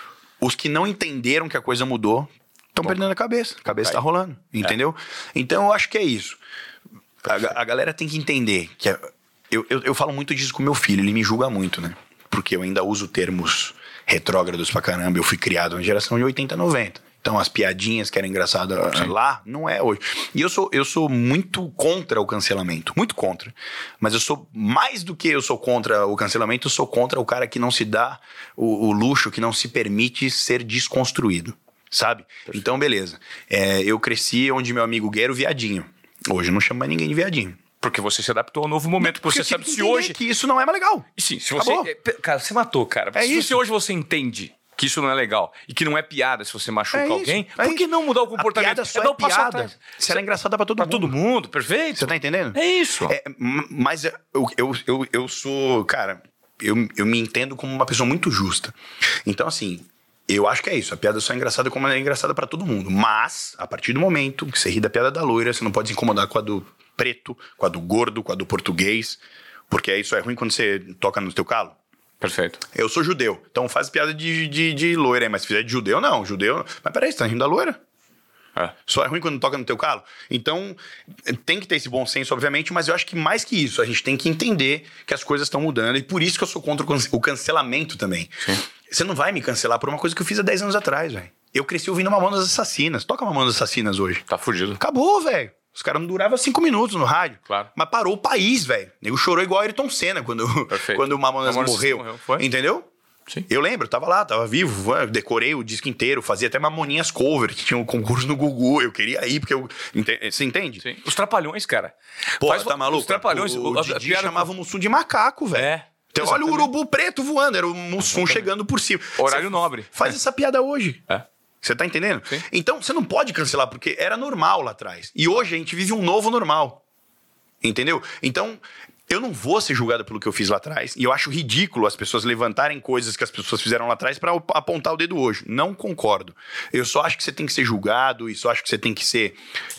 os que não entenderam que a coisa mudou, estão perdendo a cabeça. A cabeça tá rolando, entendeu? É. Então eu acho que é isso. A, a galera tem que entender que... É, eu, eu, eu falo muito disso com meu filho, ele me julga muito, né? Porque eu ainda uso termos retrógrados pra caramba. Eu fui criado na geração de oitenta, noventa. Então, as piadinhas que eram engraçadas Sim. lá, não é hoje. E eu sou, eu sou muito contra o cancelamento. Muito contra. Mas eu sou, mais do que eu sou contra o cancelamento, eu sou contra o cara que não se dá o, o luxo, que não se permite ser desconstruído. Sabe? Perfeito. Então, beleza. É, eu cresci onde meu amigo gay era o viadinho. Hoje eu não chamo mais ninguém de viadinho. Porque você se adaptou ao novo momento. Porque você sabe se hoje... que isso não é mais legal. E sim, se você... Acabou. Cara, você matou, cara. É se isso. você hoje você entende... que isso não é legal e que não é piada se você machuca é alguém, é por que isso. não mudar o comportamento? A piada só é dar é um passo piada. atrás. Se ela é engraçada pra todo pra mundo. todo mundo, perfeito. Você tá entendendo? É isso. É, mas eu, eu, eu, eu sou, cara, eu, eu me entendo como uma pessoa muito justa. Então, assim, eu acho que é isso. A piada só é engraçada como ela é engraçada pra todo mundo. Mas, a partir do momento que você ri da piada da loira, você não pode se incomodar com a do preto, com a do gordo, com a do português, porque isso é ruim quando você toca no teu calo. Perfeito. Eu sou judeu, então faz piada de, de, de loira aí, mas se fizer de judeu, não. Judeu. Mas peraí, você tá rindo da loira? É. Só é ruim quando toca no teu calo? Então, tem que ter esse bom senso, obviamente, mas eu acho que mais que isso, a gente tem que entender que as coisas estão mudando e por isso que eu sou contra o cancelamento também. Sim. Você não vai me cancelar por uma coisa que eu fiz há dez anos atrás, velho. Eu cresci ouvindo Mamonas Assassinas. Toca Mamonas Assassinas hoje. Tá fugido. Acabou, velho. Os caras não duravam cinco minutos no rádio. Claro. Mas parou o país, velho. O nego chorou igual Ayrton Senna quando, quando o Mamonas, Mamonas morreu. morreu. Foi? Entendeu? Sim. Eu lembro, tava lá, tava vivo, eu decorei o disco inteiro, fazia até Mamoninhas cover, que tinha um concurso no Gugu, eu queria ir, porque eu... Você entende? Sim. Os Trapalhões, cara. Pô, Faz... tá maluco? Os Trapalhões... O, o, o Didi piada... chamava o Mussum de macaco, velho. É. Então, olha o urubu preto voando, era o Mussum chegando por cima. Horário Cê nobre. Faz é. essa piada hoje. É. Você tá entendendo? Sim. Então, você não pode cancelar, porque era normal lá atrás. E hoje a gente vive um novo normal. Entendeu? Então, eu não vou ser julgado pelo que eu fiz lá atrás. E eu acho ridículo as pessoas levantarem coisas que as pessoas fizeram lá atrás pra apontar o dedo hoje. Não concordo. Eu só acho que você tem que ser julgado e só acho que você tem que ser...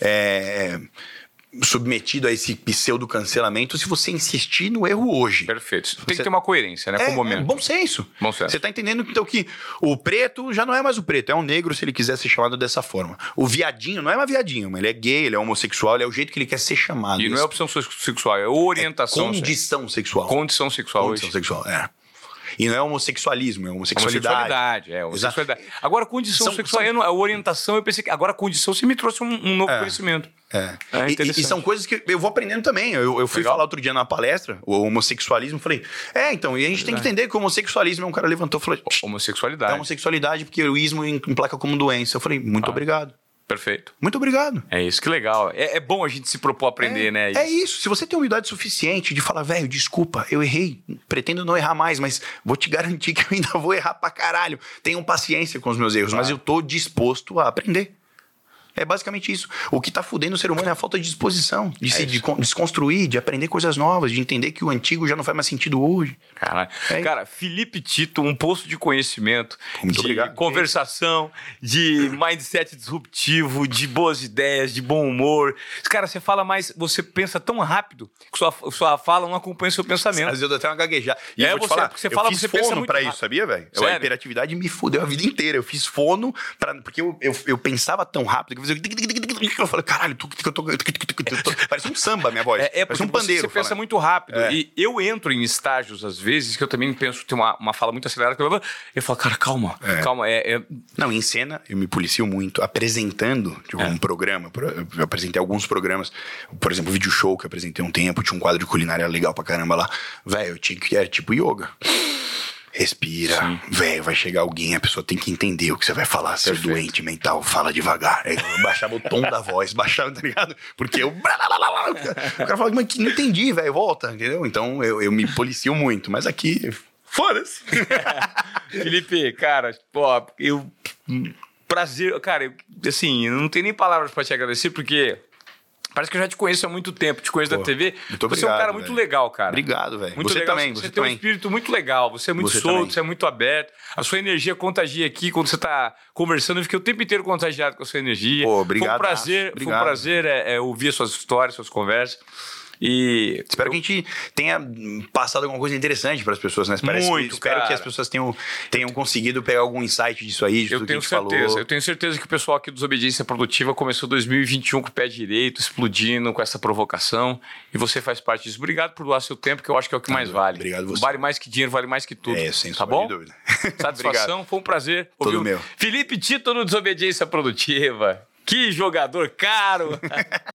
É... submetido a esse pseudo-cancelamento se você insistir no erro hoje. Perfeito. Tem você... que ter uma coerência, né? É, com o momento. É bom senso. Bom senso. Você tá entendendo então que o preto já não é mais o preto, é um negro se ele quiser ser chamado dessa forma. O viadinho não é mais viadinho, mas ele é gay, ele é homossexual, ele é o jeito que ele quer ser chamado. E não é opção sexual, é orientação. É condição sexual. Condição sexual. Condição hoje. sexual, é. E não é homossexualismo, é homossexualidade. Homossexualidade, é. Homossexualidade. Agora, condição são, sexual, são... a orientação, eu pensei que agora a condição, você me trouxe um, um novo é, conhecimento. É. é e, e são coisas que eu vou aprendendo também. Eu, eu fui Legal. falar outro dia na palestra, o homossexualismo, falei, é, então, e a gente tem que entender que o homossexualismo, um cara levantou e falou, homossexualidade. É homossexualidade, porque o ismo emplaca como doença. Eu falei, muito ah. obrigado. Perfeito. Muito obrigado. É isso, que legal. É, é bom a gente se propor a aprender, é, né? É isso. Se você tem humildade suficiente de falar, velho, desculpa, eu errei, pretendo não errar mais, mas vou te garantir que eu ainda vou errar pra caralho. Tenham paciência com os meus erros, Claro. mas eu tô disposto a aprender. É basicamente isso. O que tá fudendo o ser humano é a falta de disposição, de É se isso. de con- desconstruir, de aprender coisas novas, de entender que o antigo já não faz mais sentido hoje. Caralho. É. Cara, Felipe Tito, um posto de conhecimento, Muito de obrigado. conversação, de mindset disruptivo, de boas ideias, de bom humor. Cara, você fala mais, você pensa tão rápido que sua, sua fala não acompanha seu pensamento. Às vezes eu dou até uma gaguejada. E É, eu vou te você- falar, porque você eu fala, fiz você pensa fono muito pra rápido. isso, sabia, velho? A Sério? hiperatividade me fudeu a vida inteira. Eu fiz fono, pra, porque eu, eu, eu pensava tão rápido que eu fazia... Eu falei, caralho, tu, tu, tu, tu, parece um samba a minha voz. É, é parece porque um você, pandeiro. você pensa falando. muito rápido. É. E eu entro em estágios, às vezes, que eu também penso, tem uma, uma fala muito acelerada, que eu, eu falo, cara, calma, É. calma. É, é- Não, em cena, eu me policio muito apresentando tipo, É. um programa. pro- Eu apresentei alguns programas. Por exemplo, o vídeo show que eu apresentei um tempo. Tinha um quadro de culinária legal pra caramba lá. Velho, eu tinha que... Era tipo yoga. Respira, velho, vai chegar alguém, a pessoa tem que entender o que você vai falar. Ser Perfeito. doente mental, fala devagar. Aí eu baixava o tom da voz, baixava, tá ligado? Porque eu... O cara fala, mas não entendi, velho, volta, entendeu? Então eu, eu me policio muito, mas aqui... Foda-se! Felipe, cara, ó, eu... Prazer, cara, eu, assim, eu não tenho nem palavras pra te agradecer, porque... Parece que eu já te conheço há muito tempo, te conheço Pô, da T V. muito Você é um obrigado, cara muito velho. legal, cara. Obrigado, velho. Muito Você legal. também, Você você tem um também. espírito muito legal. Você é muito Você solto, também. você é muito aberto. A sua energia contagia aqui quando você tá conversando. Eu fiquei o tempo inteiro contagiado com a sua energia. Pô, obrigado. Foi um prazer, foi um Obrigado. prazer é, é, ouvir as suas histórias, suas conversas. E Espero que a gente tenha passado alguma coisa interessante para as pessoas, né? Parece que- Muito, espero cara. que as pessoas tenham, tenham conseguido pegar algum insight disso aí, de eu tudo que a tenho gente certeza, falou. eu tenho certeza que o pessoal aqui do Desobediência Produtiva começou dois mil e vinte e um com o pé direito, explodindo com essa provocação, e você faz parte disso. Obrigado por doar seu tempo, que eu acho que é o que mais vale. Obrigado você. Vale mais que dinheiro, vale mais que tudo. É, sem tá sombra bom? de dúvida. Satisfação, Obrigado. foi um prazer. Todo ouvir o meu. Felipe Tito no Desobediência Produtiva. Que jogador caro!